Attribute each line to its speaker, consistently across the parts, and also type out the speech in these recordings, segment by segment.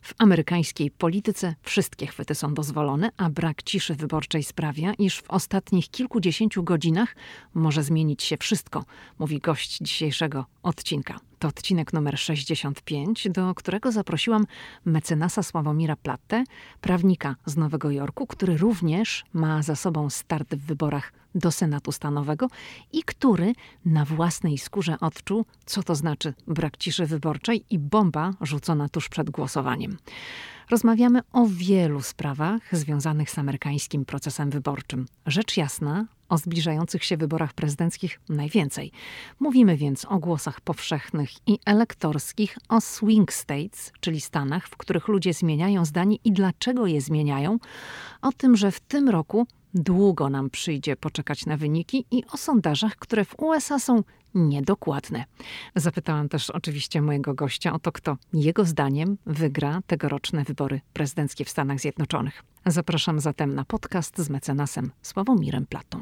Speaker 1: W amerykańskiej polityce wszystkie chwyty są dozwolone, a brak ciszy wyborczej sprawia, iż w ostatnich kilkudziesięciu godzinach może zmienić się wszystko, mówi gość dzisiejszego odcinka. To odcinek numer 65, do którego zaprosiłam mecenasa Sławomira Plattę, prawnika z Nowego Jorku, który również ma za sobą start w wyborach do Senatu Stanowego i który na własnej skórze odczuł, co to znaczy brak ciszy wyborczej i bomba rzucona tuż przed głosowaniem. Rozmawiamy o wielu sprawach związanych z amerykańskim procesem wyborczym. Rzecz jasna, o zbliżających się wyborach prezydenckich najwięcej. Mówimy więc o głosach powszechnych i elektorskich, o swing states, czyli stanach, w których ludzie zmieniają zdanie i dlaczego je zmieniają, o tym, że w tym roku długo nam przyjdzie poczekać na wyniki i o sondażach, które w USA są niedokładne. Zapytałam też oczywiście mojego gościa o to, kto jego zdaniem wygra tegoroczne wybory prezydenckie w Stanach Zjednoczonych. Zapraszam zatem na podcast z mecenasem Sławomirem Plattą.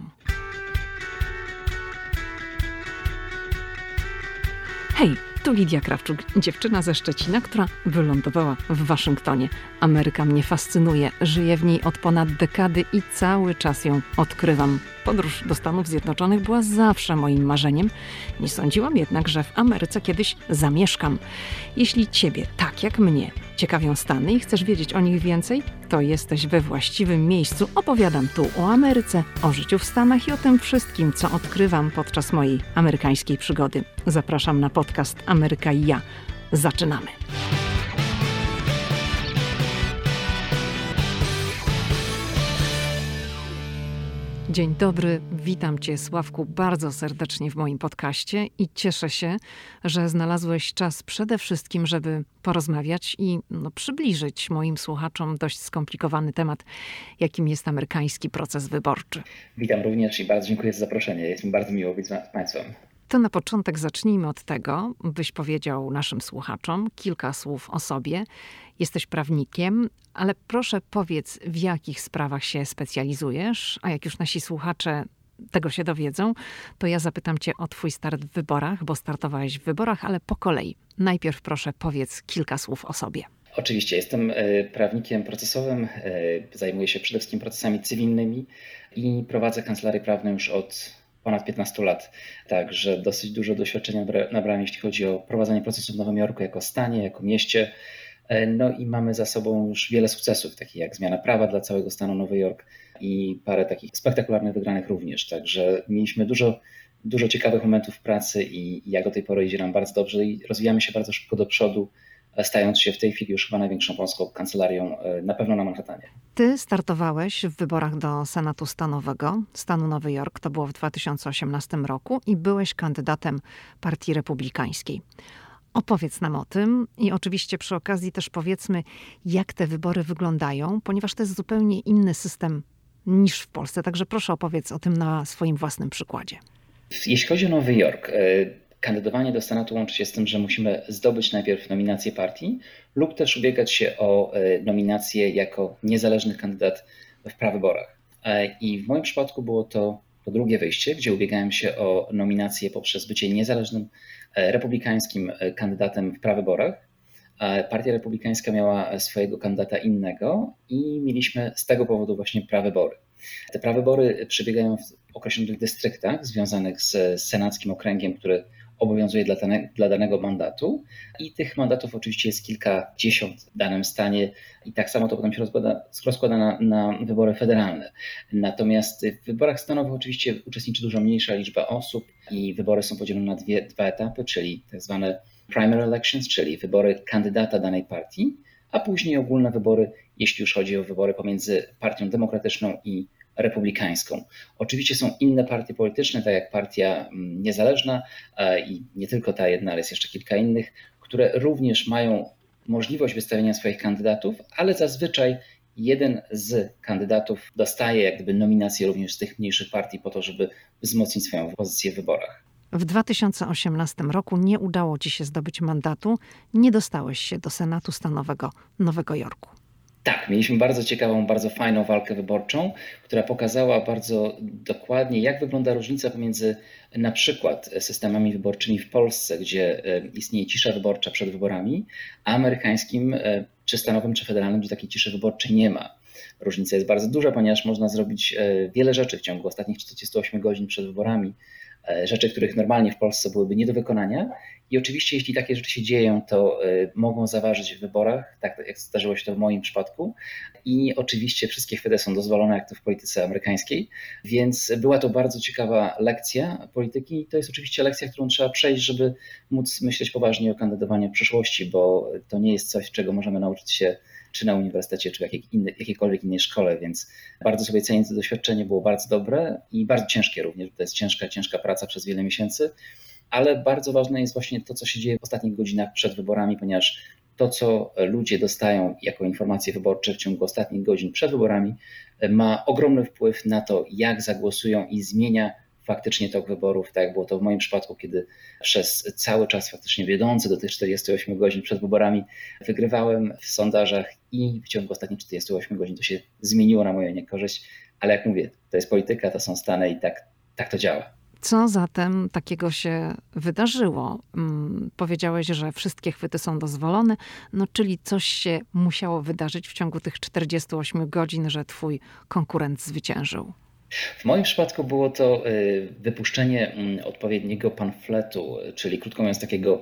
Speaker 1: Hej, tu Lidia Krawczuk, dziewczyna ze Szczecina, która wylądowała w Waszyngtonie. Ameryka mnie fascynuje, żyję w niej od ponad dekady i cały czas ją odkrywam. Podróż do Stanów Zjednoczonych była zawsze moim marzeniem. Nie sądziłam jednak, że w Ameryce kiedyś zamieszkam. Jeśli Ciebie, tak jak mnie, ciekawią Stany i chcesz wiedzieć o nich więcej, to jesteś we właściwym miejscu. Opowiadam tu o Ameryce, o życiu w Stanach i o tym wszystkim, co odkrywam podczas mojej amerykańskiej przygody. Zapraszam na podcast Ameryka i ja. Zaczynamy! Dzień dobry, witam Cię, Sławku, bardzo serdecznie w moim podcaście i cieszę się, że znalazłeś czas przede wszystkim, żeby porozmawiać i przybliżyć moim słuchaczom dość skomplikowany temat, jakim jest amerykański proces wyborczy.
Speaker 2: Witam również i bardzo dziękuję za zaproszenie. Jest mi bardzo miło być z Państwem.
Speaker 1: To na początek zacznijmy od tego, byś powiedział naszym słuchaczom kilka słów o sobie. Jesteś prawnikiem, ale proszę powiedz, w jakich sprawach się specjalizujesz, a jak już nasi słuchacze tego się dowiedzą, to ja zapytam Cię o Twój start w wyborach, bo startowałeś w wyborach, ale po kolei. Najpierw proszę powiedz kilka słów o sobie.
Speaker 2: Oczywiście, jestem prawnikiem procesowym, zajmuję się przede wszystkim procesami cywilnymi i prowadzę kancelarię prawną już od ponad 15 lat, także dosyć dużo doświadczenia nabrałem, jeśli chodzi o prowadzenie procesu w Nowym Jorku jako stanie, jako mieście. No i mamy za sobą już wiele sukcesów, takich jak zmiana prawa dla całego stanu Nowy Jork i parę takich spektakularnych wygranych również. Także mieliśmy dużo ciekawych momentów w pracy i jak do tej pory idzie nam bardzo dobrze i rozwijamy się bardzo szybko do przodu, stając się w tej chwili już chyba największą polską kancelarią, na pewno na Manhattanie.
Speaker 1: Ty startowałeś w wyborach do Senatu Stanowego, stanu Nowy Jork, to było w 2018 roku i byłeś kandydatem Partii Republikańskiej. Opowiedz nam o tym i oczywiście przy okazji też powiedzmy, jak te wybory wyglądają, ponieważ to jest zupełnie inny system niż w Polsce. Także proszę opowiedz o tym na swoim własnym przykładzie.
Speaker 2: Jeśli chodzi o Nowy Jork, kandydowanie do Senatu łączy się z tym, że musimy zdobyć najpierw nominację partii lub też ubiegać się o nominację jako niezależny kandydat w prawyborach. I w moim przypadku było to drugie wyjście, gdzie ubiegałem się o nominację poprzez bycie niezależnym republikańskim kandydatem w prawyborach. Partia Republikańska miała swojego kandydata innego i mieliśmy z tego powodu właśnie prawybory. Te prawybory przebiegają w określonych dystryktach związanych z senackim okręgiem, który obowiązuje dla danego mandatu i tych mandatów oczywiście jest kilkadziesiąt w danym stanie i tak samo to potem się rozkłada na wybory federalne. Natomiast w wyborach stanowych oczywiście uczestniczy dużo mniejsza liczba osób i wybory są podzielone na dwa etapy, czyli tak zwane primary elections, czyli wybory kandydata danej partii, a później ogólne wybory, jeśli już chodzi o wybory pomiędzy partią demokratyczną i republikańską. Oczywiście są inne partie polityczne, tak jak Partia Niezależna i nie tylko ta jedna, ale jest jeszcze kilka innych, które również mają możliwość wystawienia swoich kandydatów, ale zazwyczaj jeden z kandydatów dostaje jak gdyby nominację również z tych mniejszych partii po to, żeby wzmocnić swoją pozycję w wyborach.
Speaker 1: W 2018 roku nie udało Ci się zdobyć mandatu, nie dostałeś się do Senatu Stanowego Nowego Jorku.
Speaker 2: Tak, mieliśmy bardzo ciekawą, bardzo fajną walkę wyborczą, która pokazała bardzo dokładnie, jak wygląda różnica pomiędzy na przykład systemami wyborczymi w Polsce, gdzie istnieje cisza wyborcza przed wyborami, a amerykańskim czy stanowym, czy federalnym, gdzie takiej ciszy wyborczej nie ma. Różnica jest bardzo duża, ponieważ można zrobić wiele rzeczy w ciągu ostatnich 48 godzin przed wyborami, rzeczy, których normalnie w Polsce byłyby nie do wykonania. I oczywiście, jeśli takie rzeczy się dzieją, to mogą zaważyć w wyborach, tak jak zdarzyło się to w moim przypadku. I oczywiście wszystkie chwyty są dozwolone, jak to w polityce amerykańskiej. Więc była to bardzo ciekawa lekcja polityki. I to jest oczywiście lekcja, którą trzeba przejść, żeby móc myśleć poważnie o kandydowaniu w przyszłości, bo to nie jest coś, czego możemy nauczyć się czy na uniwersytecie, czy w jakiejkolwiek innej szkole, więc bardzo sobie cenię to doświadczenie, było bardzo dobre i bardzo ciężkie również. To jest ciężka praca przez wiele miesięcy, ale bardzo ważne jest właśnie to, co się dzieje w ostatnich godzinach przed wyborami, ponieważ to, co ludzie dostają jako informacje wyborcze w ciągu ostatnich godzin przed wyborami, ma ogromny wpływ na to, jak zagłosują i zmienia faktycznie tok wyborów, tak jak było to w moim przypadku, kiedy przez cały czas faktycznie wiodący do tych 48 godzin przed wyborami wygrywałem w sondażach i w ciągu ostatnich 48 godzin to się zmieniło na moją niekorzyść, ale jak mówię, to jest polityka, to są Stany i tak to działa.
Speaker 1: Co zatem takiego się wydarzyło? Powiedziałeś, że wszystkie chwyty są dozwolone, no czyli coś się musiało wydarzyć w ciągu tych 48 godzin, że twój konkurent zwyciężył.
Speaker 2: W moim przypadku było to wypuszczenie odpowiedniego pamfletu, czyli krótko mówiąc takiego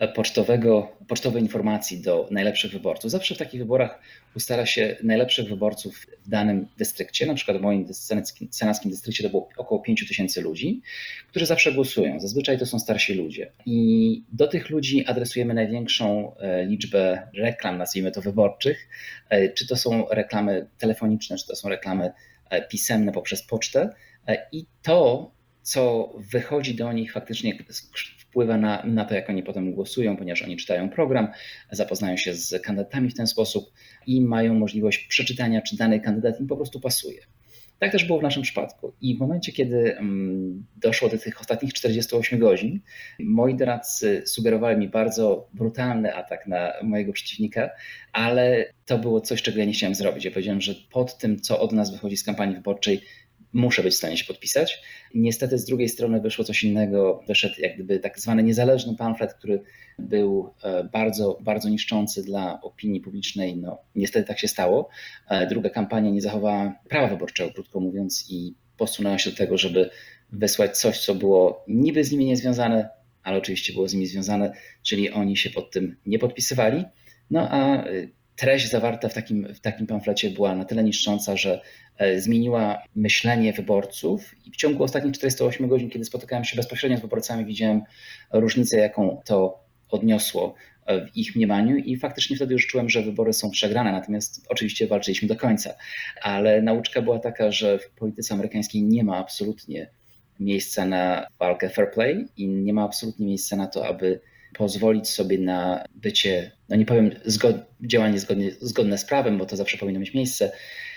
Speaker 2: pocztowej informacji do najlepszych wyborców. Zawsze w takich wyborach ustala się najlepszych wyborców w danym dystrykcie. Na przykład w moim senackim dystrykcie to było około 5,000 ludzi, którzy zawsze głosują. Zazwyczaj to są starsi ludzie. I do tych ludzi adresujemy największą liczbę reklam, nazwijmy to wyborczych. Czy to są reklamy telefoniczne, czy to są reklamy pisemne poprzez pocztę i to, co wychodzi do nich, faktycznie wpływa na to, jak oni potem głosują, ponieważ oni czytają program, zapoznają się z kandydatami w ten sposób i mają możliwość przeczytania, czy dany kandydat im po prostu pasuje. Tak też było w naszym przypadku. I w momencie, kiedy doszło do tych ostatnich 48 godzin, moi doradcy sugerowali mi bardzo brutalny atak na mojego przeciwnika, ale to było coś, czego ja nie chciałem zrobić. Ja powiedziałem, że pod tym, co od nas wychodzi z kampanii wyborczej, muszę być w stanie się podpisać. Niestety z drugiej strony wyszło coś innego. Wyszedł jak gdyby tak zwany niezależny pamflet, który był bardzo, bardzo niszczący dla opinii publicznej. No, niestety tak się stało. Druga kampania nie zachowała prawa wyborczego, krótko mówiąc, i posunęła się do tego, żeby wysłać coś, co było niby z nimi niezwiązane, ale oczywiście było z nimi związane, czyli oni się pod tym nie podpisywali. No a treść zawarta w takim pamflecie była na tyle niszcząca, że zmieniła myślenie wyborców i w ciągu ostatnich 48 godzin, kiedy spotykałem się bezpośrednio z wyborcami, widziałem różnicę, jaką to odniosło w ich mniemaniu i faktycznie wtedy już czułem, że wybory są przegrane, natomiast oczywiście walczyliśmy do końca. Ale nauczka była taka, że w polityce amerykańskiej nie ma absolutnie miejsca na walkę fair play i nie ma absolutnie miejsca na to, aby pozwolić sobie na bycie, no nie powiem działanie zgodne z prawem, bo to zawsze powinno mieć miejsce,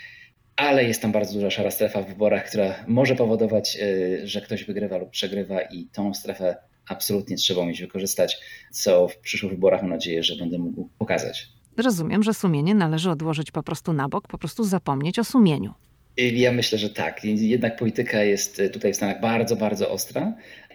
Speaker 2: ale jest tam bardzo duża szara strefa w wyborach, która może powodować, że ktoś wygrywa lub przegrywa i tą strefę absolutnie trzeba umieć wykorzystać, co w przyszłych wyborach mam nadzieję, że będę mógł pokazać.
Speaker 1: Rozumiem, że sumienie należy odłożyć po prostu na bok, po prostu zapomnieć o sumieniu.
Speaker 2: Ja myślę, że tak. Jednak polityka jest tutaj w Stanach bardzo, bardzo ostra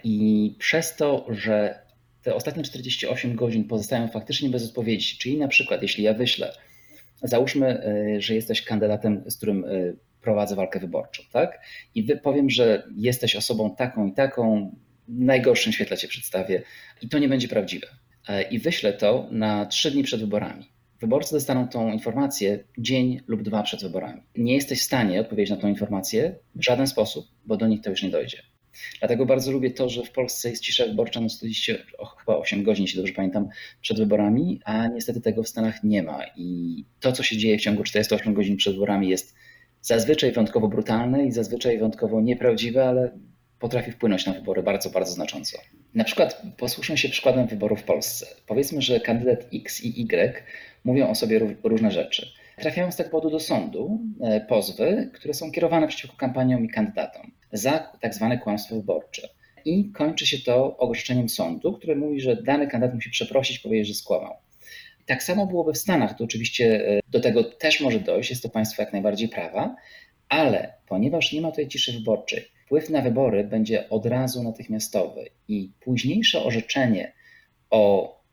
Speaker 2: i przez to, że te ostatnie 48 godzin pozostają faktycznie bez odpowiedzi, czyli na przykład jeśli ja wyślę, załóżmy, że jesteś kandydatem, z którym prowadzę walkę wyborczą, tak? I powiem, że jesteś osobą taką i taką, w najgorszym świetle cię przedstawię i to nie będzie prawdziwe. I wyślę to na 3 dni przed wyborami. Wyborcy dostaną tą informację dzień lub 2 przed wyborami. Nie jesteś w stanie odpowiedzieć na tą informację w żaden sposób, bo do nich to już nie dojdzie. Dlatego bardzo lubię to, że w Polsce jest cisza wyborcza na 48, chyba 8 godzin, jeśli dobrze pamiętam, przed wyborami, a niestety tego w Stanach nie ma. I to, co się dzieje w ciągu 48 godzin przed wyborami, jest zazwyczaj wyjątkowo brutalne i zazwyczaj wyjątkowo nieprawdziwe, ale potrafi wpłynąć na wybory bardzo, bardzo znacząco. Na przykład posłuchajmy się przykładem wyborów w Polsce. Powiedzmy, że kandydat X i Y mówią o sobie różne rzeczy. Trafiają z tego powodu do sądu pozwy, które są kierowane przeciwko kampaniom i kandydatom za tak zwane kłamstwo wyborcze. I kończy się to orzeczeniem sądu, które mówi, że dany kandydat musi przeprosić, powiedzieć, że skłamał. Tak samo byłoby w Stanach, to oczywiście do tego też może dojść, jest to państwo jak najbardziej prawa, ale ponieważ nie ma tutaj ciszy wyborczej, wpływ na wybory będzie od razu natychmiastowy i późniejsze orzeczenie o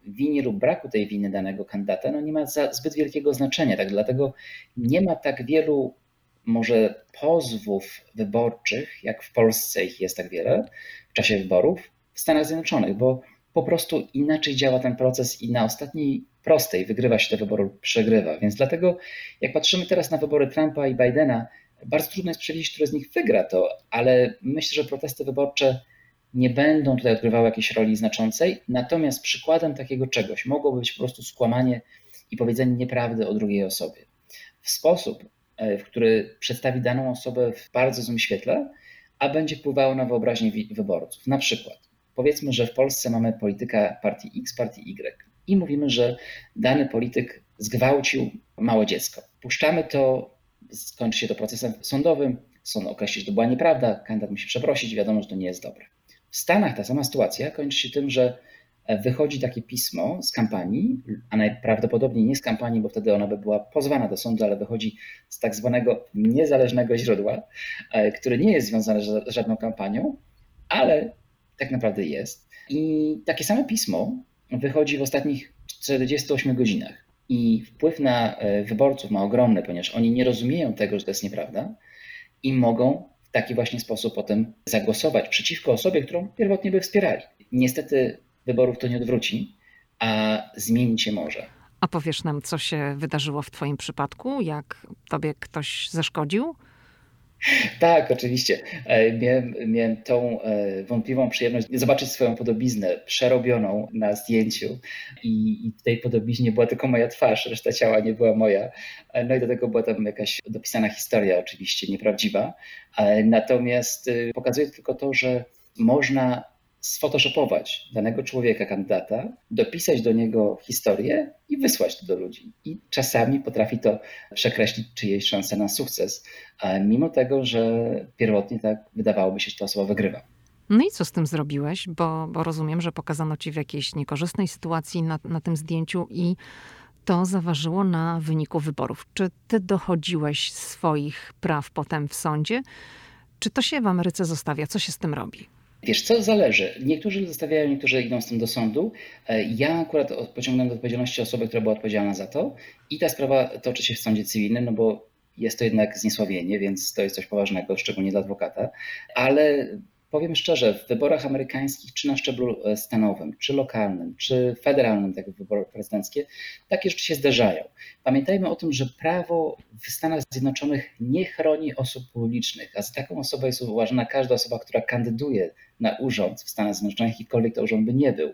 Speaker 2: winy lub braku tej winy danego kandydata nie ma zbyt wielkiego znaczenia. Tak? Dlatego nie ma tak wielu może pozwów wyborczych, jak w Polsce ich jest tak wiele w czasie wyborów w Stanach Zjednoczonych, bo po prostu inaczej działa ten proces i na ostatniej prostej wygrywa się te wybory lub przegrywa. Więc dlatego jak patrzymy teraz na wybory Trumpa i Bidena, bardzo trudno jest przewidzieć, który z nich wygra to, ale myślę, że protesty wyborcze nie będą tutaj odgrywały jakiejś roli znaczącej, natomiast przykładem takiego czegoś mogłoby być po prostu skłamanie i powiedzenie nieprawdy o drugiej osobie w sposób, w który przedstawi daną osobę w bardzo złym świetle, a będzie wpływało na wyobraźnię wyborców. Na przykład powiedzmy, że w Polsce mamy polityka partii X, partii Y i mówimy, że dany polityk zgwałcił małe dziecko. Puszczamy to, skończy się to procesem sądowym, sąd określi, że to była nieprawda, kandydat musi przeprosić, wiadomo, że to nie jest dobre. W Stanach ta sama sytuacja kończy się tym, że wychodzi takie pismo z kampanii, a najprawdopodobniej nie z kampanii, bo wtedy ona by była pozwana do sądu, ale wychodzi z tak zwanego niezależnego źródła, które nie jest związane z żadną kampanią, ale tak naprawdę jest. I takie samo pismo wychodzi w ostatnich 48 godzinach. I wpływ na wyborców ma ogromny, ponieważ oni nie rozumieją tego, że to jest nieprawda i mogą w taki właśnie sposób potem zagłosować przeciwko osobie, którą pierwotnie by wspierali. Niestety wyborów to nie odwróci, a zmienić się może.
Speaker 1: A powiesz nam, co się wydarzyło w twoim przypadku? Jak tobie ktoś zaszkodził?
Speaker 2: Tak, oczywiście. Miałem tą wątpliwą przyjemność zobaczyć swoją podobiznę przerobioną na zdjęciu i w tej podobiznie była tylko moja twarz, reszta ciała nie była moja. No i do tego była tam jakaś dopisana historia, oczywiście nieprawdziwa. Natomiast pokazuje tylko to, że można sfotoshopować danego człowieka, kandydata, dopisać do niego historię i wysłać to do ludzi. I czasami potrafi to przekreślić czyjeś szanse na sukces, mimo tego, że pierwotnie tak wydawałoby się, że ta osoba wygrywa.
Speaker 1: No i co z tym zrobiłeś? Bo rozumiem, że pokazano ci w jakiejś niekorzystnej sytuacji na tym zdjęciu i to zaważyło na wyniku wyborów. Czy ty dochodziłeś swoich praw potem w sądzie? Czy to się w Ameryce zostawia? Co się z tym robi?
Speaker 2: Wiesz co, zależy. Niektórzy zostawiają, niektórzy idą z tym do sądu. Ja akurat pociągnąłem do odpowiedzialności osobę, która była odpowiedzialna za to i ta sprawa toczy się w sądzie cywilnym, no bo jest to jednak zniesławienie, więc to jest coś poważnego, szczególnie dla adwokata. Ale powiem szczerze, w wyborach amerykańskich, czy na szczeblu stanowym, czy lokalnym, czy federalnym, tak jak wybory prezydenckie, takie rzeczy się zdarzają. Pamiętajmy o tym, że prawo w Stanach Zjednoczonych nie chroni osób publicznych, a za taką osobę jest uważana każda osoba, która kandyduje na urząd w Stanach Zjednoczonych, jakikolwiek to urząd by nie był.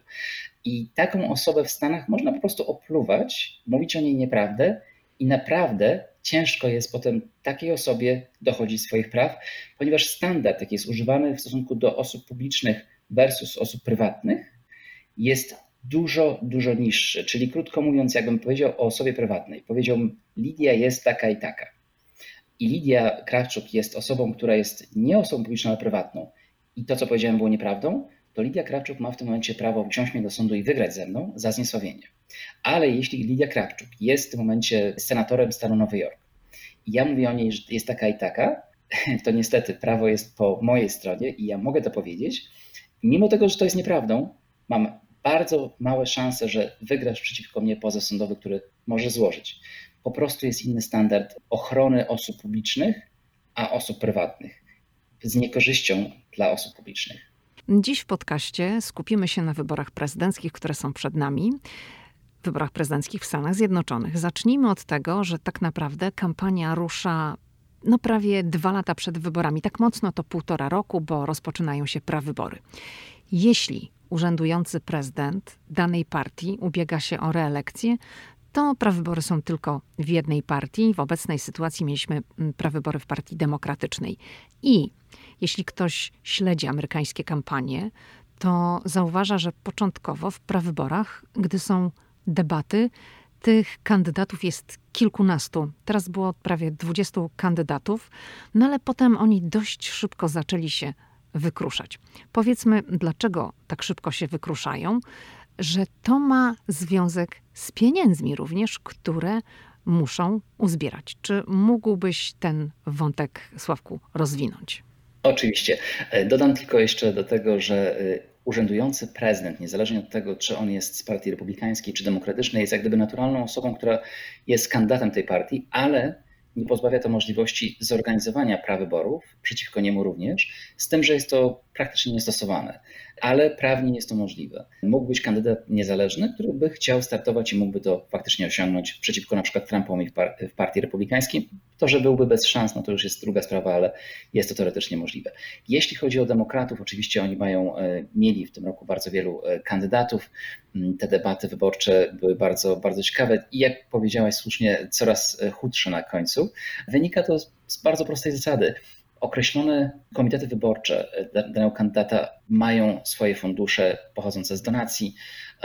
Speaker 2: I taką osobę w Stanach można po prostu opluwać, mówić o niej nieprawdę i naprawdę ciężko jest potem takiej osobie dochodzić swoich praw, ponieważ standard, jaki jest używany w stosunku do osób publicznych versus osób prywatnych, jest dużo, dużo niższy. Czyli krótko mówiąc, jakbym powiedział o osobie prywatnej, powiedziałbym, Lidia jest taka i taka. I Lidia Krawczuk jest osobą, która jest nie osobą publiczną, ale prywatną. I to, co powiedziałem, było nieprawdą, to Lidia Krawczuk ma w tym momencie prawo wziąć mnie do sądu i wygrać ze mną za zniesławienie. Ale jeśli Lidia Krawczuk jest w tym momencie senatorem stanu Nowy Jork i ja mówię o niej, że jest taka i taka, to niestety prawo jest po mojej stronie i ja mogę to powiedzieć. Mimo tego, że to jest nieprawdą, mam bardzo małe szanse, że wygrasz przeciwko mnie pozew sądowy, który może złożyć. Po prostu jest inny standard ochrony osób publicznych, a osób prywatnych z niekorzyścią dla osób publicznych.
Speaker 1: Dziś w podcaście skupimy się na wyborach prezydenckich, które są przed nami. Wyborach prezydenckich w Stanach Zjednoczonych. Zacznijmy od tego, że tak naprawdę kampania rusza prawie 2 lata przed wyborami. Tak mocno to 1,5 roku, bo rozpoczynają się prawybory. Jeśli urzędujący prezydent danej partii ubiega się o reelekcję, to prawybory są tylko w jednej partii. W obecnej sytuacji mieliśmy prawybory w Partii Demokratycznej. I jeśli ktoś śledzi amerykańskie kampanie, to zauważa, że początkowo w prawyborach, gdy są debaty, tych kandydatów jest kilkunastu. Teraz było prawie 20 kandydatów, no ale potem oni dość szybko zaczęli się wykruszać. Powiedzmy, dlaczego tak szybko się wykruszają, że to ma związek z pieniędzmi również, które muszą uzbierać. Czy mógłbyś ten wątek, Sławku, rozwinąć?
Speaker 2: Oczywiście. Dodam tylko jeszcze do tego, że urzędujący prezydent, niezależnie od tego, czy on jest z partii republikańskiej, czy demokratycznej, jest jak gdyby naturalną osobą, która jest kandydatem tej partii, ale nie pozbawia to możliwości zorganizowania prawyborów, przeciwko niemu również, z tym, że jest to praktycznie niestosowane, ale prawnie jest to możliwe. Mógł być kandydat niezależny, który by chciał startować i mógłby to faktycznie osiągnąć przeciwko na przykład Trumpowi w partii republikańskiej. To, że byłby bez szans, no to już jest druga sprawa, ale jest to teoretycznie możliwe. Jeśli chodzi o demokratów, oczywiście oni mieli w tym roku bardzo wielu kandydatów. Te debaty wyborcze były bardzo, bardzo ciekawe i jak powiedziałaś słusznie, coraz chudsze na końcu. Wynika to z bardzo prostej zasady. Określone komitety wyborcze danego kandydata mają swoje fundusze pochodzące z donacji,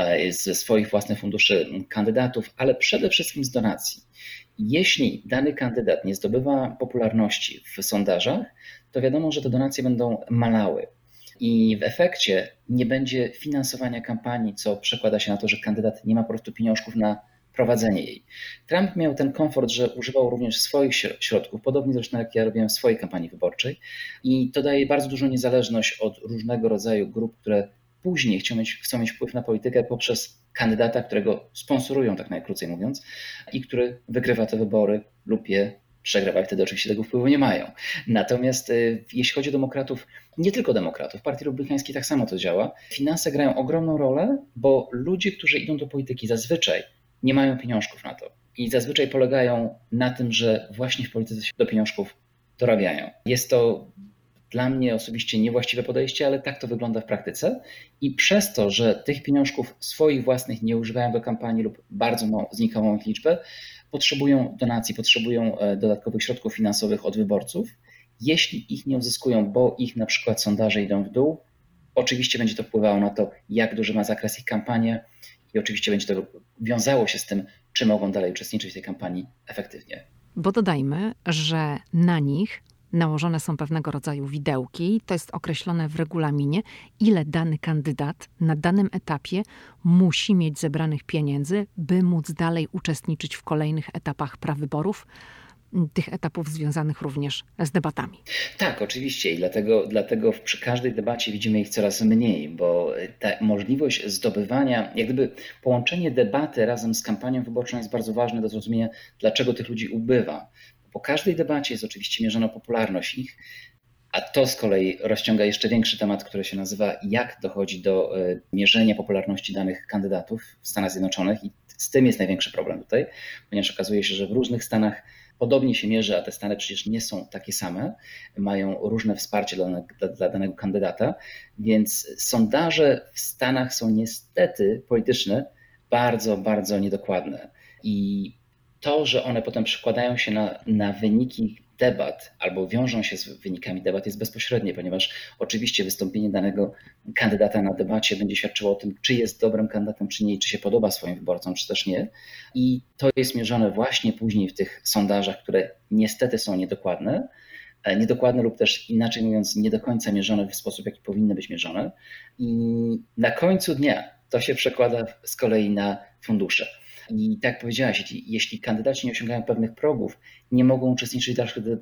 Speaker 2: ze swoich własnych funduszy kandydatów, ale przede wszystkim z donacji. Jeśli dany kandydat nie zdobywa popularności w sondażach, to wiadomo, że te donacje będą malały. I w efekcie nie będzie finansowania kampanii, co przekłada się na to, że kandydat nie ma po prostu pieniążków na prowadzenie jej. Trump miał ten komfort, że używał również swoich środków, podobnie zresztą jak ja robiłem w swojej kampanii wyborczej, i to daje bardzo dużą niezależność od różnego rodzaju grup, które później chcą mieć wpływ na politykę poprzez kandydata, którego sponsorują, tak najkrócej mówiąc, i który wygrywa te wybory lub je przegrywa, i wtedy oczywiście tego wpływu nie mają. Natomiast jeśli chodzi o demokratów, nie tylko demokratów, w partii republikańskiej tak samo to działa, finanse grają ogromną rolę, bo ludzie, którzy idą do polityki, zazwyczaj nie mają pieniążków na to i zazwyczaj polegają na tym, że właśnie w polityce się do pieniążków dorabiają. Jest to dla mnie osobiście niewłaściwe podejście, ale tak to wygląda w praktyce i przez to, że tych pieniążków swoich własnych nie używają do kampanii lub bardzo znikamą ich liczbę, potrzebują donacji, potrzebują dodatkowych środków finansowych od wyborców. Jeśli ich nie uzyskują, bo ich na przykład sondaże idą w dół, oczywiście będzie to wpływało na to, jak duży ma zakres ich kampania i oczywiście będzie to wiązało się z tym, czy mogą dalej uczestniczyć w tej kampanii efektywnie.
Speaker 1: Bo dodajmy, że na nich nałożone są pewnego rodzaju widełki. To jest określone w regulaminie, ile dany kandydat na danym etapie musi mieć zebranych pieniędzy, by móc dalej uczestniczyć w kolejnych etapach prawyborów, tych etapów związanych również z debatami.
Speaker 2: Tak, oczywiście i dlatego przy każdej debacie widzimy ich coraz mniej, bo ta możliwość zdobywania, jak gdyby połączenie debaty razem z kampanią wyborczą jest bardzo ważne do zrozumienia, dlaczego tych ludzi ubywa. Po każdej debacie jest oczywiście mierzona popularność ich, a to z kolei rozciąga jeszcze większy temat, który się nazywa, jak dochodzi do mierzenia popularności danych kandydatów w Stanach Zjednoczonych i z tym jest największy problem tutaj, ponieważ okazuje się, że w różnych stanach podobnie się mierzy, a te stany przecież nie są takie same, mają różne wsparcie dla danego kandydata, więc sondaże w Stanach są niestety polityczne bardzo, bardzo niedokładne i to, że one potem przekładają się na wyniki debat albo wiążą się z wynikami debat jest bezpośrednie, ponieważ oczywiście wystąpienie danego kandydata na debacie będzie świadczyło o tym, czy jest dobrym kandydatem, czy nie, czy się podoba swoim wyborcom, czy też nie. I to jest mierzone właśnie później w tych sondażach, które niestety są niedokładne lub też inaczej mówiąc nie do końca mierzone w sposób, jaki powinny być mierzone. I na końcu dnia to się przekłada z kolei na fundusze. I tak jak powiedziałaś, jeśli kandydaci nie osiągają pewnych progów, nie mogą uczestniczyć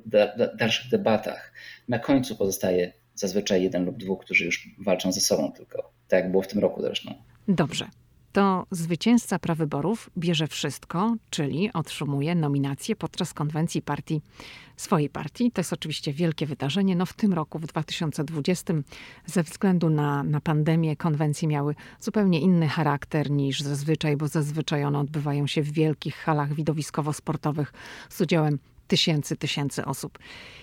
Speaker 2: w dalszych debatach. Na końcu pozostaje zazwyczaj jeden lub dwóch, którzy już walczą ze sobą tylko. Tak jak było w tym roku zresztą.
Speaker 1: Dobrze. To zwycięzca prawyborów bierze wszystko, czyli otrzymuje nominację podczas konwencji swojej partii. To jest oczywiście wielkie wydarzenie. No w tym roku, w 2020, ze względu na pandemię, konwencje miały zupełnie inny charakter niż zazwyczaj, bo zazwyczaj one odbywają się w wielkich halach widowiskowo-sportowych z udziałem tysięcy osób.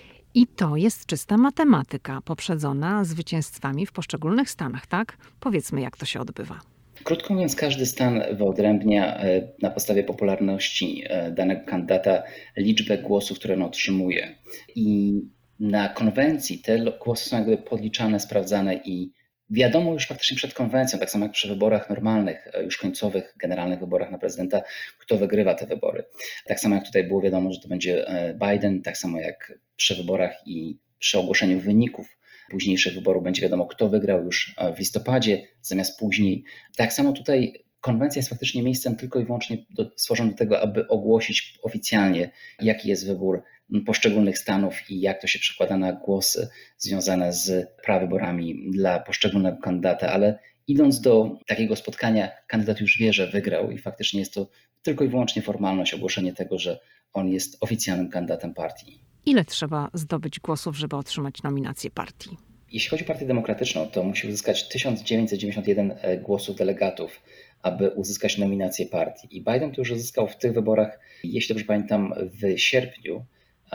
Speaker 1: I to jest czysta matematyka, poprzedzona zwycięstwami w poszczególnych stanach, tak? Powiedzmy, jak to się odbywa.
Speaker 2: Krótko mówiąc, każdy stan wyodrębnia na podstawie popularności danego kandydata liczbę głosów, które on otrzymuje. I na konwencji te głosy są jakby podliczane, sprawdzane i wiadomo już faktycznie przed konwencją, tak samo jak przy wyborach normalnych, już końcowych, generalnych wyborach na prezydenta, kto wygrywa te wybory. Tak samo jak tutaj było wiadomo, że to będzie Biden, tak samo jak przy wyborach i przy ogłoszeniu wyników późniejszych wyborów będzie wiadomo, kto wygrał już w listopadzie, zamiast później. Tak samo tutaj konwencja jest faktycznie miejscem tylko i wyłącznie stworzonym do tego, aby ogłosić oficjalnie, jaki jest wybór poszczególnych stanów i jak to się przekłada na głosy związane z prawyborami dla poszczególnego kandydata, ale idąc do takiego spotkania, kandydat już wie, że wygrał i faktycznie jest to tylko i wyłącznie formalność, ogłoszenie tego, że on jest oficjalnym kandydatem partii.
Speaker 1: Ile trzeba zdobyć głosów, żeby otrzymać nominację partii?
Speaker 2: Jeśli chodzi o Partię Demokratyczną, to musi uzyskać 1991 głosów delegatów, aby uzyskać nominację partii. I Biden to już uzyskał w tych wyborach, jeśli dobrze pamiętam, w sierpniu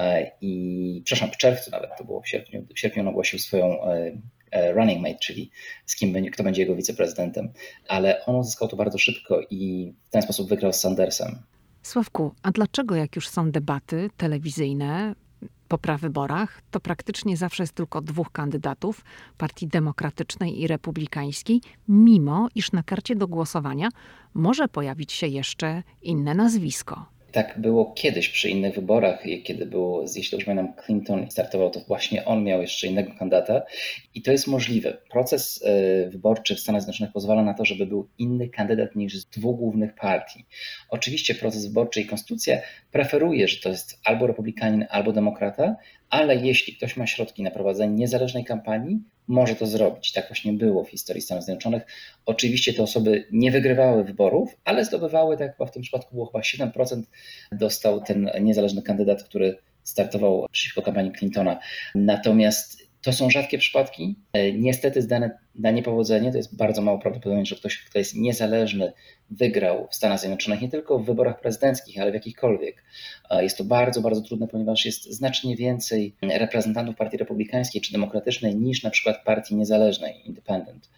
Speaker 2: w czerwcu nawet, to było w sierpniu on ogłosił swoją running mate, czyli kto będzie jego wiceprezydentem, ale on uzyskał to bardzo szybko i w ten sposób wygrał z Sandersem.
Speaker 1: Sławku, a dlaczego jak już są debaty telewizyjne po prawyborach, to praktycznie zawsze jest tylko dwóch kandydatów, Partii Demokratycznej i Republikańskiej, mimo iż na karcie do głosowania może pojawić się jeszcze inne nazwisko?
Speaker 2: Tak było kiedyś przy innych wyborach, kiedy było, jeśli dobrze pamiętam, Clinton startował, to właśnie on miał jeszcze innego kandydata i to jest możliwe. Proces wyborczy w Stanach Zjednoczonych pozwala na to, żeby był inny kandydat niż z dwóch głównych partii. Oczywiście proces wyborczy i konstytucja preferuje, że to jest albo republikanin, albo demokrata, ale jeśli ktoś ma środki na prowadzenie niezależnej kampanii, może to zrobić. Tak właśnie było w historii Stanów Zjednoczonych. Oczywiście te osoby nie wygrywały wyborów, ale zdobywały, tak jak w tym przypadku było chyba 7%, dostał ten niezależny kandydat, który startował przeciwko kampanii Clintona. Natomiast to są rzadkie przypadki. Niestety zdane na niepowodzenie, to jest bardzo mało prawdopodobne, że ktoś, kto jest niezależny, wygrał w Stanach Zjednoczonych, nie tylko w wyborach prezydenckich, ale w jakichkolwiek. Jest to bardzo, bardzo trudne, ponieważ jest znacznie więcej reprezentantów Partii Republikańskiej czy Demokratycznej niż na przykład Partii Niezależnej, Independent.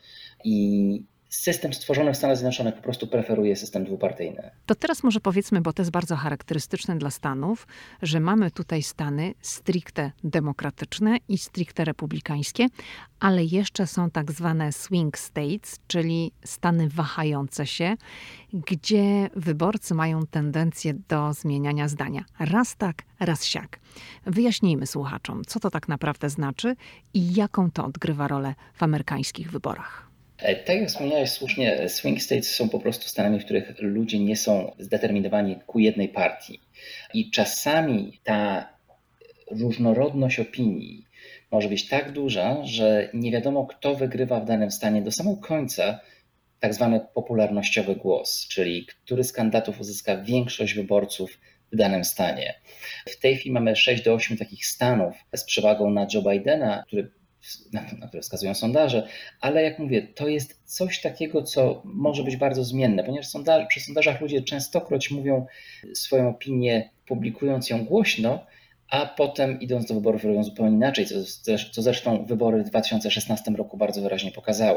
Speaker 2: I system stworzony w Stanach Zjednoczonych po prostu preferuje system dwupartyjny.
Speaker 1: To teraz może powiedzmy, bo to jest bardzo charakterystyczne dla Stanów, że mamy tutaj stany stricte demokratyczne i stricte republikańskie, ale jeszcze są tak zwane swing states, czyli stany wahające się, gdzie wyborcy mają tendencję do zmieniania zdania. Raz tak, raz siak. Wyjaśnijmy słuchaczom, co to tak naprawdę znaczy i jaką to odgrywa rolę w amerykańskich wyborach.
Speaker 2: Tak jak wspomniałeś słusznie, swing states są po prostu stanami, w których ludzie nie są zdeterminowani ku jednej partii. I czasami ta różnorodność opinii może być tak duża, że nie wiadomo, kto wygrywa w danym stanie do samego końca, tak zwany popularnościowy głos, czyli który z kandydatów uzyska większość wyborców w danym stanie. W tej chwili mamy 6 do 8 takich stanów z przewagą na Joe Bidena, na które wskazują sondaże, ale jak mówię, to jest coś takiego, co może być bardzo zmienne, ponieważ przy sondażach ludzie częstokroć mówią swoją opinię, publikując ją głośno, a potem idąc do wyborów robią zupełnie inaczej, co zresztą wybory w 2016 roku bardzo wyraźnie pokazały.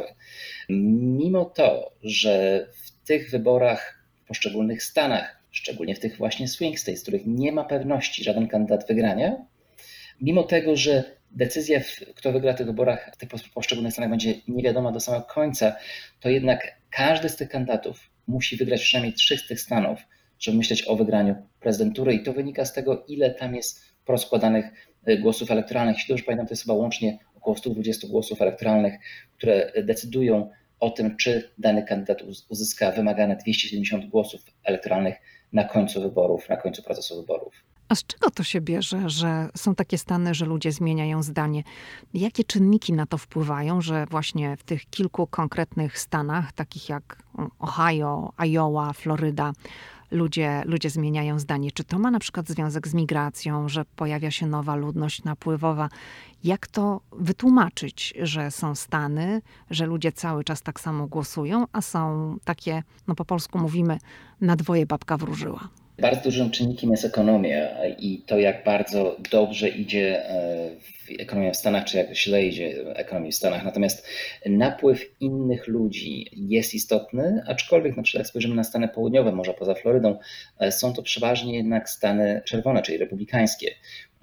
Speaker 2: Mimo to, że w tych wyborach w poszczególnych stanach, szczególnie w tych właśnie swing states, w których nie ma pewności żaden kandydat wygrania, mimo tego, że decyzja, kto wygra w tych wyborach w tych poszczególnych stanach będzie niewiadoma do samego końca, to jednak każdy z tych kandydatów musi wygrać przynajmniej 3 z tych stanów, żeby myśleć o wygraniu prezydentury i to wynika z tego, ile tam jest porozkładanych głosów elektoralnych. Jeśli dobrze pamiętam, to jest chyba łącznie około 120 głosów elektoralnych, które decydują o tym, czy dany kandydat uzyska wymagane 270 głosów elektoralnych na końcu wyborów, na końcu procesu wyborów.
Speaker 1: A z czego to się bierze, że są takie stany, że ludzie zmieniają zdanie? Jakie czynniki na to wpływają, że właśnie w tych kilku konkretnych stanach, takich jak Ohio, Iowa, Floryda, ludzie zmieniają zdanie? Czy to ma na przykład związek z migracją, że pojawia się nowa ludność napływowa? Jak to wytłumaczyć, że są stany, że ludzie cały czas tak samo głosują, a są takie, no po polsku mówimy, na dwoje babka wróżyła?
Speaker 2: Bardzo dużym czynnikiem jest ekonomia i to, jak bardzo dobrze idzie ekonomia w Stanach, czy jak źle idzie ekonomia w Stanach. Natomiast napływ innych ludzi jest istotny, aczkolwiek na przykład jak spojrzymy na Stany południowe, może poza Florydą, są to przeważnie jednak stany czerwone, czyli republikańskie.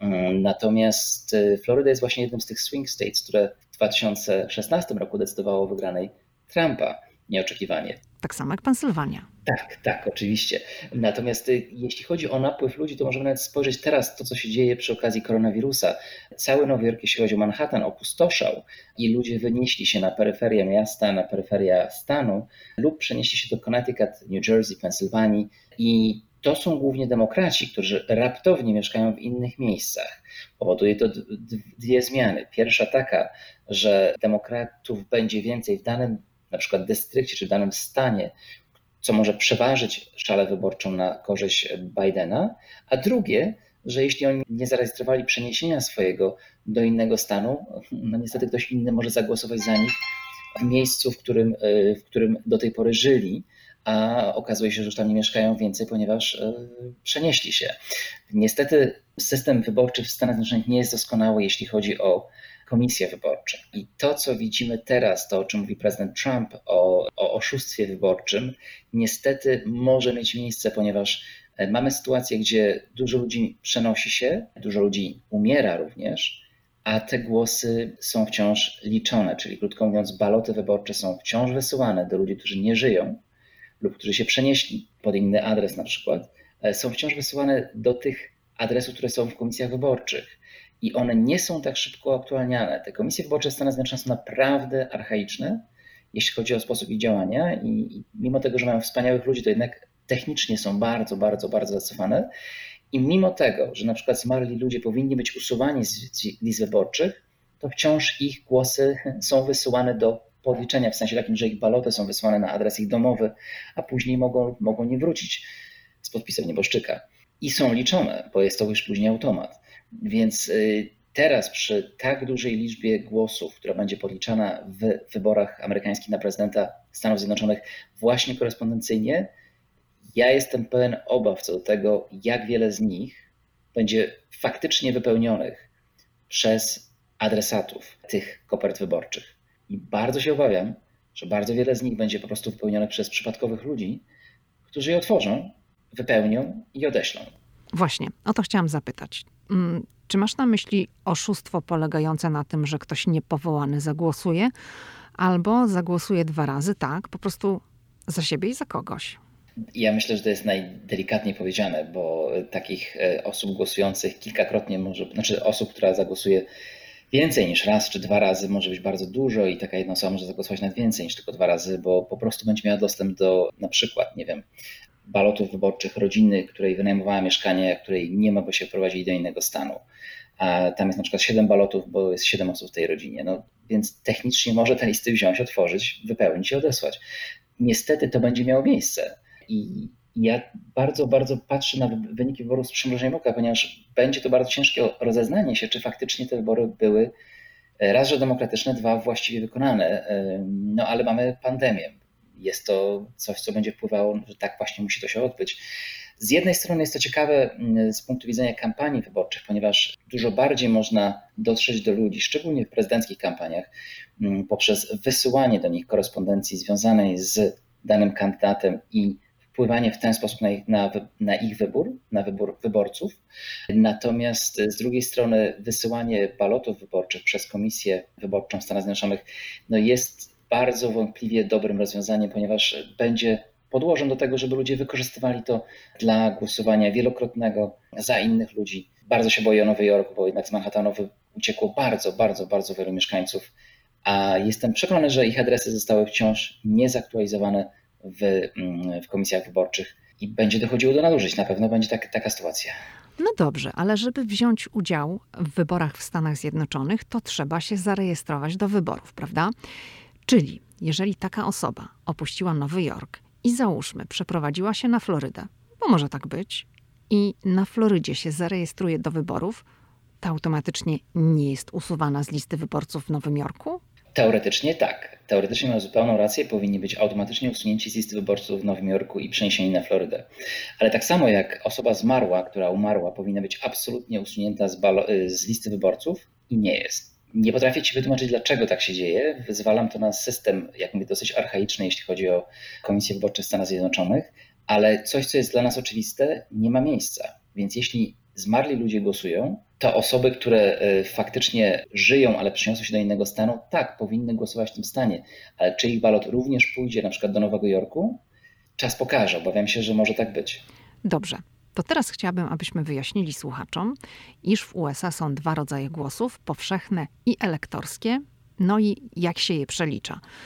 Speaker 2: Natomiast Floryda jest właśnie jednym z tych swing states, które w 2016 roku decydowało o wygranej Trumpa nieoczekiwanie.
Speaker 1: Tak samo jak Pensylwania.
Speaker 2: Tak, oczywiście. Natomiast jeśli chodzi o napływ ludzi, to możemy nawet spojrzeć teraz to, co się dzieje przy okazji koronawirusa. Cały Nowy Jork, jeśli chodzi o Manhattan, opustoszał i ludzie wynieśli się na peryferię miasta, na peryferię stanu lub przenieśli się do Connecticut, New Jersey, Pensylwanii i to są głównie demokraci, którzy raptownie mieszkają w innych miejscach. Powoduje to dwie zmiany. Pierwsza taka, że demokratów będzie więcej w danym na przykład dystrykcie czy w danym stanie, co może przeważyć szalę wyborczą na korzyść Bidena, a drugie, że jeśli oni nie zarejestrowali przeniesienia swojego do innego stanu, no niestety ktoś inny może zagłosować za nich w miejscu, w którym do tej pory żyli, a okazuje się, że już tam nie mieszkają więcej, ponieważ przenieśli się. Niestety system wyborczy w Stanach Zjednoczonych nie jest doskonały, jeśli chodzi o komisje wyborcze. I to, co widzimy teraz, to o czym mówi prezydent Trump o oszustwie wyborczym, niestety może mieć miejsce, ponieważ mamy sytuację, gdzie dużo ludzi przenosi się, dużo ludzi umiera również, a te głosy są wciąż liczone, czyli krótko mówiąc, baloty wyborcze są wciąż wysyłane do ludzi, którzy nie żyją lub którzy się przenieśli pod inny adres na przykład, są wciąż wysyłane do tych adresów, które są w komisjach wyborczych. I one nie są tak szybko aktualniane. Te komisje wyborcze w Stanach Zjednoczonych są naprawdę archaiczne, jeśli chodzi o sposób ich działania i mimo tego, że mają wspaniałych ludzi, to jednak technicznie są bardzo, bardzo, bardzo zacofane. I mimo tego, że na przykład zmarli ludzie powinni być usuwani z list wyborczych, to wciąż ich głosy są wysyłane do podliczenia, w sensie takim, że ich baloty są wysłane na adres ich domowy, a później mogą nie wrócić z podpisem nieboszczyka. I są liczone, bo jest to już później automat. Więc teraz przy tak dużej liczbie głosów, która będzie podliczana w wyborach amerykańskich na prezydenta Stanów Zjednoczonych właśnie korespondencyjnie, ja jestem pełen obaw co do tego, jak wiele z nich będzie faktycznie wypełnionych przez adresatów tych kopert wyborczych. I bardzo się obawiam, że bardzo wiele z nich będzie po prostu wypełnionych przez przypadkowych ludzi, którzy je otworzą, wypełnią i odeślą.
Speaker 1: Właśnie, o to chciałam zapytać. Czy masz na myśli oszustwo polegające na tym, że ktoś niepowołany zagłosuje, albo zagłosuje 2 razy, tak, po prostu za siebie i za kogoś?
Speaker 2: Ja myślę, że to jest najdelikatniej powiedziane, bo takich osób głosujących kilkakrotnie osób, która zagłosuje więcej niż raz czy 2 razy może być bardzo dużo i taka jedna osoba może zagłosować nawet więcej niż tylko 2 razy, bo po prostu będzie miała dostęp do na przykład, nie wiem, balotów wyborczych rodziny, której wynajmowała mieszkanie, której nie ma, bo się wprowadzili do innego stanu. A tam jest na przykład 7 balotów, bo jest 7 osób w tej rodzinie. No, więc technicznie może te listy wziąć, otworzyć, wypełnić i odesłać. Niestety to będzie miało miejsce. I ja bardzo, bardzo patrzę na wyniki wyborów z przymrużeniem oka, ponieważ będzie to bardzo ciężkie rozeznanie się, czy faktycznie te wybory były raz, że demokratyczne, 2 właściwie wykonane. No ale mamy pandemię. Jest to coś, co będzie wpływało, że tak właśnie musi to się odbyć. Z jednej strony jest to ciekawe z punktu widzenia kampanii wyborczych, ponieważ dużo bardziej można dotrzeć do ludzi, szczególnie w prezydenckich kampaniach, poprzez wysyłanie do nich korespondencji związanej z danym kandydatem i wpływanie w ten sposób na ich wybór, na wybór wyborców. Natomiast z drugiej strony wysyłanie balotów wyborczych przez Komisję Wyborczą w Stanach Zjednoczonych jest bardzo wątpliwie dobrym rozwiązaniem, ponieważ będzie podłożem do tego, żeby ludzie wykorzystywali to dla głosowania wielokrotnego za innych ludzi. Bardzo się boję o Nowy Jork, bo jednak z Manhattanu uciekło bardzo, bardzo, bardzo wielu mieszkańców, a jestem przekonany, że ich adresy zostały wciąż niezaktualizowane w komisjach wyborczych i będzie dochodziło do nadużyć. Na pewno będzie taka sytuacja.
Speaker 1: No dobrze, ale żeby wziąć udział w wyborach w Stanach Zjednoczonych, to trzeba się zarejestrować do wyborów, prawda? Czyli jeżeli taka osoba opuściła Nowy Jork i załóżmy przeprowadziła się na Florydę, bo może tak być, i na Florydzie się zarejestruje do wyborów, to automatycznie nie jest usuwana z listy wyborców w Nowym Jorku?
Speaker 2: Teoretycznie tak. Teoretycznie ma zupełną rację, powinni być automatycznie usunięci z listy wyborców w Nowym Jorku i przeniesieni na Florydę. Ale tak samo jak osoba zmarła, która umarła, powinna być absolutnie usunięta z listy wyborców i nie jest. Nie potrafię ci wytłumaczyć, dlaczego tak się dzieje. Zwalam to na system, jak mówię, dosyć archaiczny, jeśli chodzi o Komisję Wyborczą Stanów Zjednoczonych, ale coś, co jest dla nas oczywiste, nie ma miejsca. Więc jeśli zmarli ludzie głosują, to osoby, które faktycznie żyją, ale przeniosły się do innego stanu, tak, powinny głosować w tym stanie. Ale czy ich balot również pójdzie na przykład do Nowego Jorku? Czas pokaże. Obawiam się, że może tak być.
Speaker 1: Dobrze. To teraz chciałabym, abyśmy wyjaśnili słuchaczom, iż w USA są 2 rodzaje głosów, powszechne i elektorskie, no i jak się je przelicza.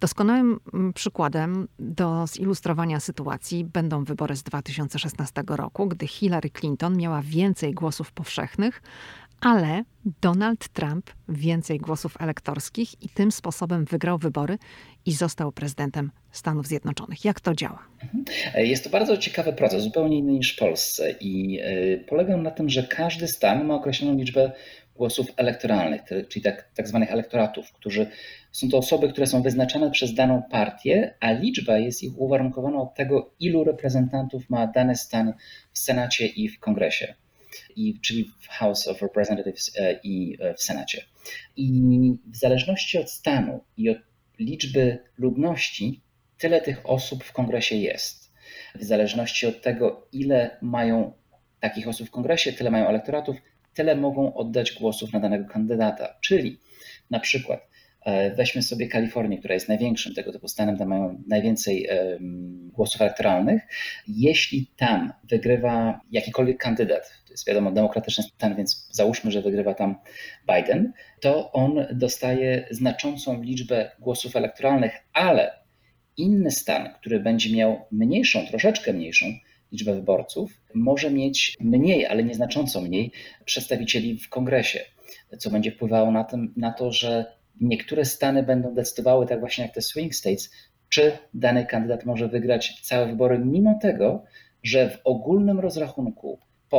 Speaker 1: Doskonałym przykładem do zilustrowania sytuacji będą wybory z 2016 roku, gdy Hillary Clinton miała więcej głosów powszechnych, ale Donald Trump więcej głosów elektorskich i tym sposobem wygrał wybory i został prezydentem Stanów Zjednoczonych. Jak to działa?
Speaker 2: Jest to bardzo ciekawy proces, zupełnie inny niż w Polsce i polega on na tym, że każdy stan ma określoną liczbę głosów elektoralnych, czyli tak zwanych elektoratów, którzy są to osoby, które są wyznaczane przez daną partię, a liczba jest ich uwarunkowana od tego, ilu reprezentantów ma dany stan w Senacie i w Kongresie, czyli w House of Representatives i w Senacie. I w zależności od stanu i od liczby ludności, tyle tych osób w Kongresie jest. W zależności od tego, ile mają takich osób w Kongresie, tyle mają elektoratów, tyle mogą oddać głosów na danego kandydata. Czyli na przykład weźmy sobie Kalifornię, która jest największym tego typu stanem, tam mają najwięcej głosów elektoralnych. Jeśli tam wygrywa jakikolwiek kandydat, to jest wiadomo demokratyczny stan, więc załóżmy, że wygrywa tam Biden, to on dostaje znaczącą liczbę głosów elektoralnych, ale inny stan, który będzie miał troszeczkę mniejszą liczbę wyborców, może mieć mniej, ale nieznacząco mniej przedstawicieli w Kongresie, co będzie wpływało na to, że niektóre stany będą decydowały, tak właśnie jak te swing states, czy dany kandydat może wygrać całe wybory, mimo tego, że w ogólnym rozrachunku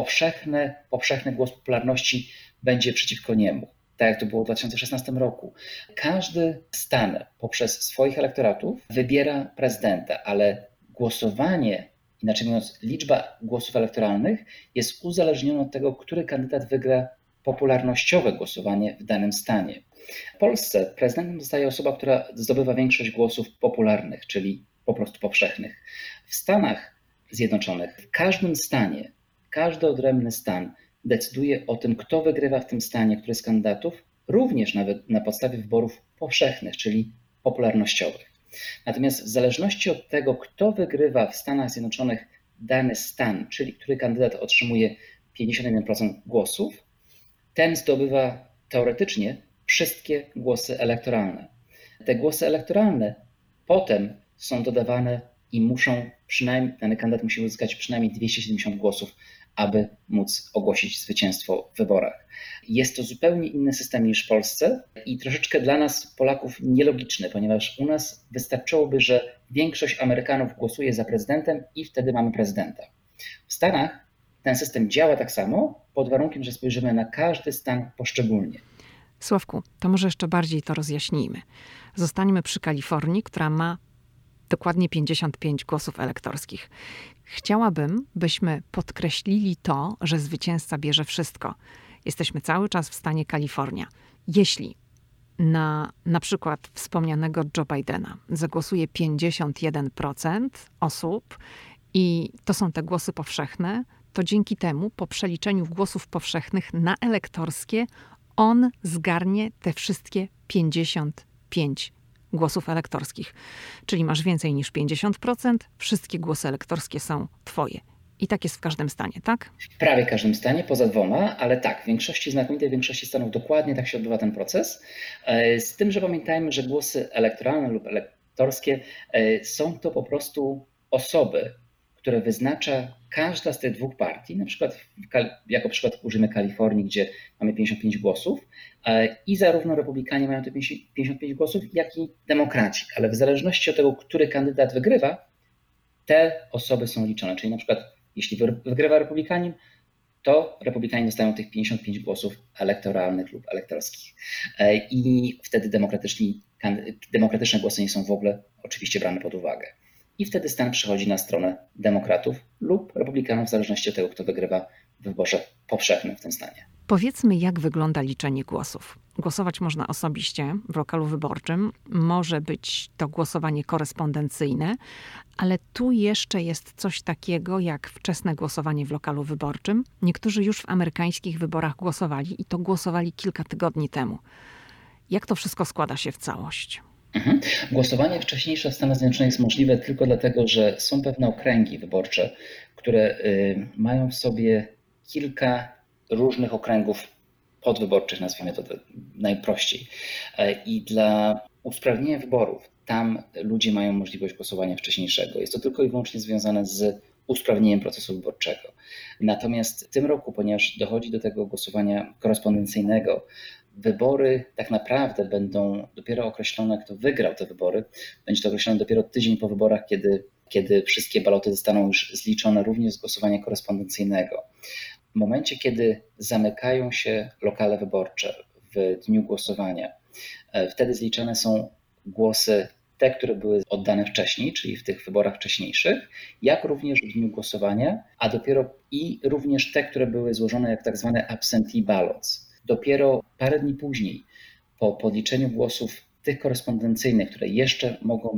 Speaker 2: powszechny głos popularności będzie przeciwko niemu. Tak jak to było w 2016 roku. Każdy stan poprzez swoich elektoratów wybiera prezydenta, ale głosowanie, inaczej mówiąc, liczba głosów elektoralnych jest uzależniona od tego, który kandydat wygra popularnościowe głosowanie w danym stanie. W Polsce prezydentem zostaje osoba, która zdobywa większość głosów popularnych, czyli po prostu powszechnych. W Stanach Zjednoczonych, w każdym stanie, każdy odrębny stan decyduje o tym, kto wygrywa w tym stanie, który z kandydatów, również nawet na podstawie wyborów powszechnych, czyli popularnościowych. Natomiast w zależności od tego, kto wygrywa w Stanach Zjednoczonych dany stan, czyli który kandydat otrzymuje 51% głosów, ten zdobywa teoretycznie wszystkie głosy elektoralne. Te głosy elektoralne potem są dodawane i dany kandydat musi uzyskać przynajmniej 270 głosów, aby móc ogłosić zwycięstwo w wyborach. Jest to zupełnie inny system niż w Polsce i troszeczkę dla nas, Polaków, nielogiczny, ponieważ u nas wystarczyłoby, że większość Amerykanów głosuje za prezydentem i wtedy mamy prezydenta. W Stanach ten system działa tak samo, pod warunkiem, że spojrzymy na każdy stan poszczególnie.
Speaker 1: Sławku, to może jeszcze bardziej to rozjaśnijmy. Zostańmy przy Kalifornii, która ma dokładnie 55 głosów elektorskich. Chciałabym, byśmy podkreślili to, że zwycięzca bierze wszystko. Jesteśmy cały czas w stanie Kalifornia. Jeśli na przykład wspomnianego Joe Bidena zagłosuje 51% osób i to są te głosy powszechne, to dzięki temu po przeliczeniu głosów powszechnych na elektorskie on zgarnie te wszystkie 55 głosów elektorskich. Czyli masz więcej niż 50%, wszystkie głosy elektorskie są twoje. I tak jest w każdym stanie, tak?
Speaker 2: W prawie każdym stanie, poza dwoma, ale tak, w znakomitej większości stanów dokładnie tak się odbywa ten proces. Z tym, że pamiętajmy, że głosy elektoralne lub elektorskie są to po prostu osoby, które wyznacza każda z tych dwóch partii, na przykład jako przykład użyjmy Kalifornii, gdzie mamy 55 głosów i zarówno republikanie mają te 55 głosów, jak i demokraci, ale w zależności od tego, który kandydat wygrywa, te osoby są liczone, czyli na przykład jeśli wygrywa republikanin, to republikanie dostają tych 55 głosów elektoralnych lub elektorskich i wtedy demokratyczne głosy nie są w ogóle oczywiście brane pod uwagę. I wtedy stan przechodzi na stronę demokratów lub republikanów, w zależności od tego, kto wygrywa w wyborze powszechnym w tym stanie.
Speaker 1: Powiedzmy, jak wygląda liczenie głosów. Głosować można osobiście w lokalu wyborczym. Może być to głosowanie korespondencyjne, ale tu jeszcze jest coś takiego jak wczesne głosowanie w lokalu wyborczym. Niektórzy już w amerykańskich wyborach głosowali i to głosowali kilka tygodni temu. Jak to wszystko składa się w całość?
Speaker 2: Głosowanie wcześniejsze w Stanach Zjednoczonych jest możliwe tylko dlatego, że są pewne okręgi wyborcze, które mają w sobie kilka różnych okręgów podwyborczych, nazwijmy to najprościej. I dla usprawnienia wyborów tam ludzie mają możliwość głosowania wcześniejszego. Jest to tylko i wyłącznie związane z usprawnieniem procesu wyborczego. Natomiast w tym roku, ponieważ dochodzi do tego głosowania korespondencyjnego, wybory tak naprawdę będą dopiero określone, kto wygrał te wybory. Będzie to określone dopiero tydzień po wyborach, kiedy wszystkie baloty zostaną już zliczone również z głosowania korespondencyjnego. W momencie, kiedy zamykają się lokale wyborcze w dniu głosowania, wtedy zliczane są głosy te, które były oddane wcześniej, czyli w tych wyborach wcześniejszych, jak również w dniu głosowania, a dopiero i również te, które były złożone jak tak zwane absentee ballots. Dopiero parę dni później, po podliczeniu głosów tych korespondencyjnych, które jeszcze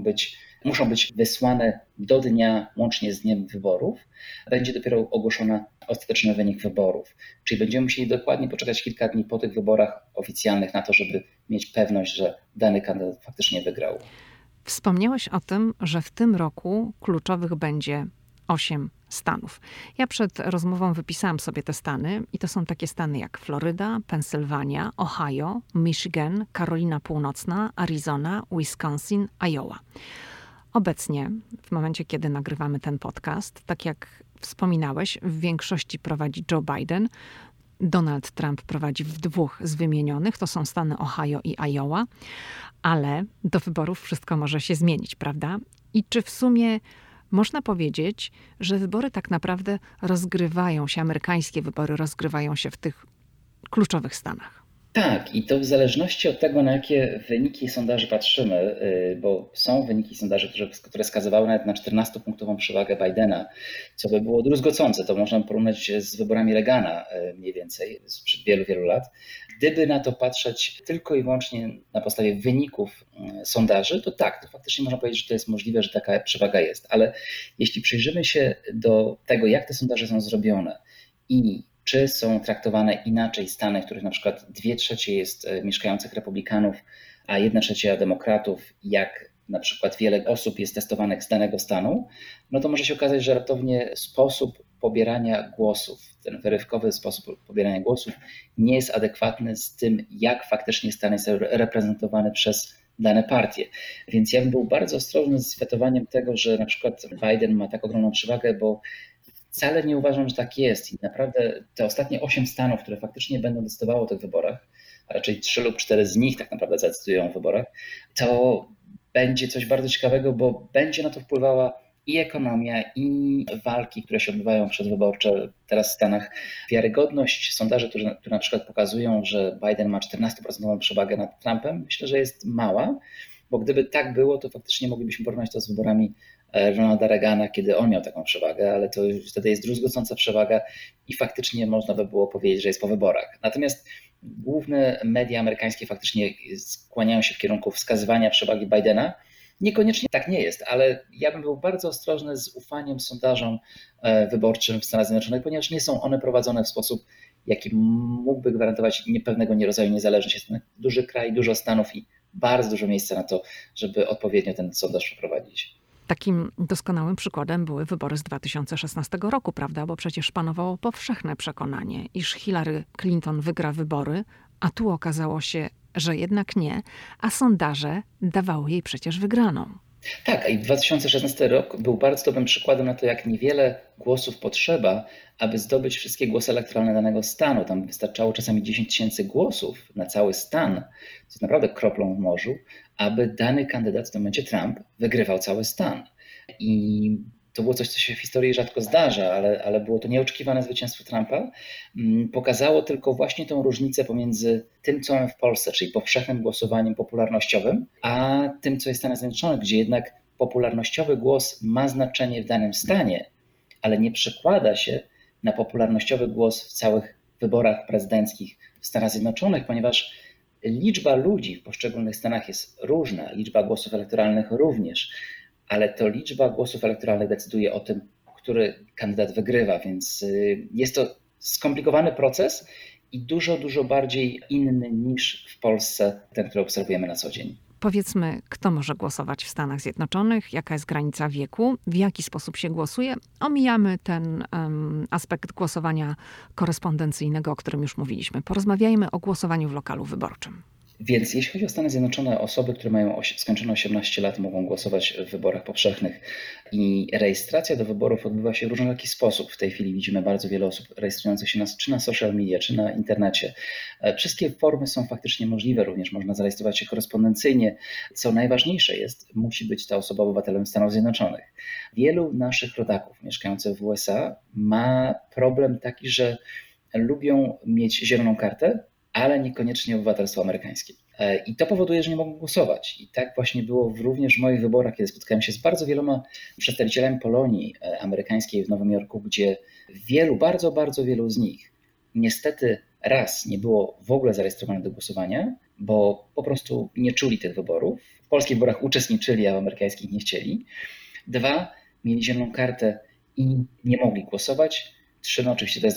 Speaker 2: muszą być wysłane do dnia łącznie z dniem wyborów, będzie dopiero ogłoszony ostateczny wynik wyborów. Czyli będziemy musieli dokładnie poczekać kilka dni po tych wyborach oficjalnych na to, żeby mieć pewność, że dany kandydat faktycznie wygrał.
Speaker 1: Wspomniałeś o tym, że w tym roku kluczowych będzie 8 stanów. Ja przed rozmową wypisałam sobie te stany i to są takie stany jak Floryda, Pensylwania, Ohio, Michigan, Karolina Północna, Arizona, Wisconsin, Iowa. Obecnie, w momencie kiedy nagrywamy ten podcast, tak jak wspominałeś, w większości prowadzi Joe Biden. Donald Trump prowadzi w 2 z wymienionych, to są stany Ohio i Iowa, ale do wyborów wszystko może się zmienić, prawda? I czy w sumie można powiedzieć, że wybory tak naprawdę amerykańskie wybory rozgrywają się w tych kluczowych stanach?
Speaker 2: Tak, i to w zależności od tego, na jakie wyniki sondaży patrzymy, bo są wyniki sondaży, które wskazywały nawet na 14-punktową przewagę Bidena, co by było druzgocące. To można porównać z wyborami Reagana mniej więcej sprzed wielu, wielu lat. Gdyby na to patrzeć tylko i wyłącznie na podstawie wyników sondaży, to tak, to faktycznie można powiedzieć, że to jest możliwe, że taka przewaga jest. Ale jeśli przyjrzymy się do tego, jak te sondaże są zrobione i czy są traktowane inaczej stany, w których na przykład 2/3 jest mieszkających republikanów, a 1/3 demokratów, jak na przykład wiele osób jest testowanych z danego stanu, no to może się okazać, że raptownie sposób pobierania głosów, ten wyrywkowy sposób pobierania głosów nie jest adekwatny z tym, jak faktycznie stan jest reprezentowany przez dane partie. Więc ja bym był bardzo ostrożny z fetowaniem tego, że na przykład Biden ma tak ogromną przewagę, bo wcale nie uważam, że tak jest i naprawdę te ostatnie 8 stanów, które faktycznie będą decydowały o tych wyborach, a raczej 3 lub 4 z nich tak naprawdę zadecydują o wyborach, to będzie coś bardzo ciekawego, bo będzie na to wpływała i ekonomia, i walki, które się odbywają przedwyborcze teraz w Stanach. Wiarygodność sondaży, które na przykład pokazują, że Biden ma 14% przewagę nad Trumpem, myślę, że jest mała, bo gdyby tak było, to faktycznie moglibyśmy porównać to z wyborami Ronalda Reagana, kiedy on miał taką przewagę, ale to już wtedy jest druzgocąca przewaga i faktycznie można by było powiedzieć, że jest po wyborach. Natomiast główne media amerykańskie faktycznie skłaniają się w kierunku wskazywania przewagi Bidena. Niekoniecznie tak nie jest, ale ja bym był bardzo ostrożny z ufaniem sondażom wyborczym w Stanach Zjednoczonych, ponieważ nie są one prowadzone w sposób, jaki mógłby gwarantować pewnego rodzaju niezależność. Jest to duży kraj, dużo stanów i bardzo dużo miejsca na to, żeby odpowiednio ten sondaż przeprowadzić.
Speaker 1: Takim doskonałym przykładem były wybory z 2016 roku, prawda? Bo przecież panowało powszechne przekonanie, iż Hillary Clinton wygra wybory, a tu okazało się, że jednak nie, a sondaże dawały jej przecież wygraną.
Speaker 2: Tak, i 2016 rok był bardzo dobrym przykładem na to, jak niewiele głosów potrzeba, aby zdobyć wszystkie głosy elektoralne danego stanu. Tam wystarczało czasami 10 000 głosów na cały stan, co jest naprawdę kroplą w morzu, aby dany kandydat, w tym momencie Trump, wygrywał cały stan. I to było coś, co się w historii rzadko zdarza, ale było to nieoczekiwane zwycięstwo Trumpa. Pokazało tylko właśnie tą różnicę pomiędzy tym, co mamy w Polsce, czyli powszechnym głosowaniem popularnościowym, a tym, co jest w Stanach Zjednoczonych, gdzie jednak popularnościowy głos ma znaczenie w danym stanie, ale nie przekłada się na popularnościowy głos w całych wyborach prezydenckich w Stanach Zjednoczonych, ponieważ liczba ludzi w poszczególnych stanach jest różna, liczba głosów elektoralnych również, ale to liczba głosów elektoralnych decyduje o tym, który kandydat wygrywa, więc jest to skomplikowany proces i dużo, dużo bardziej inny niż w Polsce, ten, który obserwujemy na co dzień.
Speaker 1: Powiedzmy, kto może głosować w Stanach Zjednoczonych, jaka jest granica wieku, w jaki sposób się głosuje. Omijamy ten aspekt głosowania korespondencyjnego, o którym już mówiliśmy. Porozmawiajmy o głosowaniu w lokalu wyborczym.
Speaker 2: Więc jeśli chodzi o Stany Zjednoczone, osoby, które mają skończone 18 lat, mogą głosować w wyborach powszechnych i rejestracja do wyborów odbywa się w różnorodny sposób. W tej chwili widzimy bardzo wiele osób rejestrujących się czy na social media, czy na internecie. Wszystkie formy są faktycznie możliwe, również można zarejestrować się korespondencyjnie. Co najważniejsze jest, musi być ta osoba obywatelem Stanów Zjednoczonych. Wielu naszych rodaków mieszkających w USA ma problem taki, że lubią mieć zieloną kartę, ale niekoniecznie obywatelstwo amerykańskie. I to powoduje, że nie mogą głosować. I tak właśnie było również w moich wyborach, kiedy spotkałem się z bardzo wieloma przedstawicielami Polonii amerykańskiej w Nowym Jorku, gdzie bardzo, bardzo wielu z nich niestety raz nie było w ogóle zarejestrowanych do głosowania, bo po prostu nie czuli tych wyborów. W polskich wyborach uczestniczyli, a w amerykańskich nie chcieli. Dwa, mieli zieloną kartę i nie mogli głosować. Trzy, no oczywiście też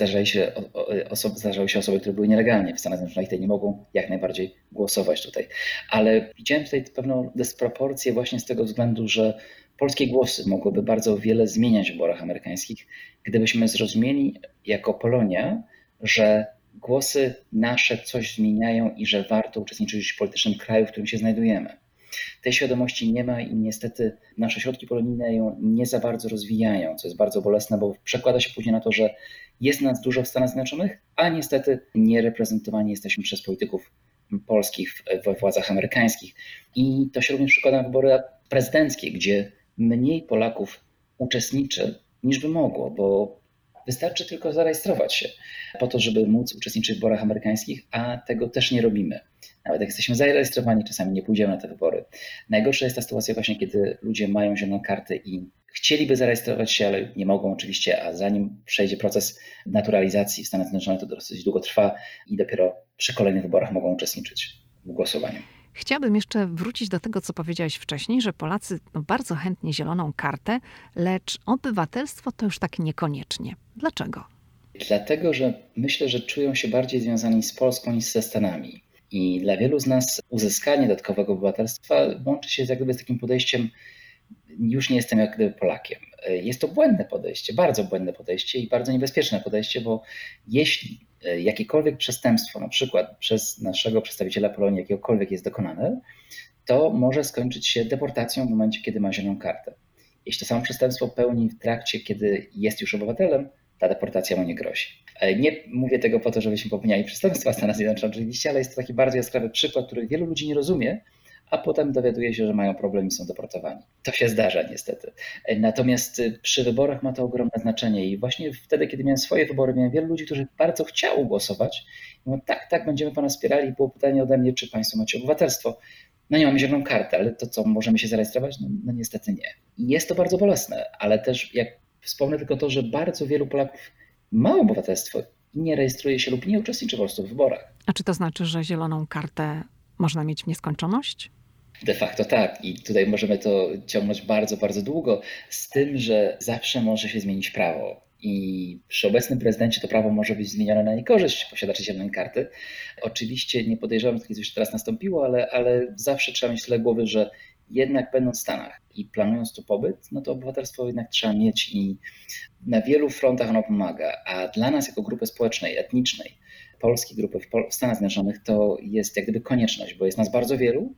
Speaker 2: zdarzały się osoby, które były nielegalnie w Stanach Zjednoczonych, te nie mogą jak najbardziej głosować tutaj. Ale widziałem tutaj pewną dysproporcję właśnie z tego względu, że polskie głosy mogłyby bardzo wiele zmieniać w wyborach amerykańskich, gdybyśmy zrozumieli jako Polonia, że głosy nasze coś zmieniają i że warto uczestniczyć w życiu politycznym kraju, w którym się znajdujemy. Tej świadomości nie ma i niestety nasze środki polonijne ją nie za bardzo rozwijają, co jest bardzo bolesne, bo przekłada się później na to, że jest nas dużo w Stanach Zjednoczonych, a niestety nie reprezentowani jesteśmy przez polityków polskich we władzach amerykańskich. I to się również przekłada na wybory prezydenckie, gdzie mniej Polaków uczestniczy niż by mogło, bo wystarczy tylko zarejestrować się po to, żeby móc uczestniczyć w wyborach amerykańskich, a tego też nie robimy. Nawet jak jesteśmy zarejestrowani, czasami nie pójdziemy na te wybory. Najgorsza jest ta sytuacja właśnie, kiedy ludzie mają zieloną kartę i chcieliby zarejestrować się, ale nie mogą oczywiście, a zanim przejdzie proces naturalizacji w Stanach Zjednoczonych, to dosyć długo trwa i dopiero przy kolejnych wyborach mogą uczestniczyć w głosowaniu.
Speaker 1: Chciałabym jeszcze wrócić do tego, co powiedziałeś wcześniej, że Polacy bardzo chętnie zieloną kartę, lecz obywatelstwo to już tak niekoniecznie. Dlaczego?
Speaker 2: Dlatego, że myślę, że czują się bardziej związani z Polską niż ze Stanami. I dla wielu z nas uzyskanie dodatkowego obywatelstwa łączy się jak gdyby z takim podejściem, już nie jestem jak gdyby Polakiem. Jest to błędne podejście, bardzo błędne podejście i bardzo niebezpieczne podejście, bo jeśli jakiekolwiek przestępstwo, na przykład przez naszego przedstawiciela Polonii, jakiegokolwiek jest dokonane, to może skończyć się deportacją w momencie, kiedy ma zieloną kartę. Jeśli to samo przestępstwo pełni w trakcie, kiedy jest już obywatelem, ta deportacja mu nie grozi. Nie mówię tego po to, żebyśmy popełniali przestępstwa w Stanach Zjednoczonych oczywiście, ale jest to taki bardzo jaskrawy przykład, który wielu ludzi nie rozumie, a potem dowiaduje się, że mają problem i są deportowani. To się zdarza niestety. Natomiast przy wyborach ma to ogromne znaczenie i właśnie wtedy, kiedy miałem swoje wybory, miałem wielu ludzi, którzy bardzo chciało głosować. I mówią, tak, będziemy pana wspierali. Było pytanie ode mnie, czy państwo macie obywatelstwo. No nie mamy zieloną kartę, ale to co, możemy się zarejestrować? No niestety nie. I jest to bardzo bolesne, ale też jak wspomnę tylko to, że bardzo wielu Polaków ma obywatelstwo i nie rejestruje się lub nie uczestniczy po prostu w wyborach.
Speaker 1: A czy to znaczy, że zieloną kartę można mieć w nieskończoność?
Speaker 2: De facto tak i tutaj możemy to ciągnąć bardzo, bardzo długo, z tym, że zawsze może się zmienić prawo. I przy obecnym prezydencie to prawo może być zmienione na niekorzyść posiadaczy zielonej karty. Oczywiście nie podejrzewam, że to już teraz nastąpiło, ale zawsze trzeba mieć tyle głowy, że jednak będąc w Stanach i planując tu pobyt, no to obywatelstwo jednak trzeba mieć i na wielu frontach ono pomaga. A dla nas jako grupy społecznej, etnicznej, polskiej grupy w Stanach Zjednoczonych to jest jak gdyby konieczność, bo jest nas bardzo wielu,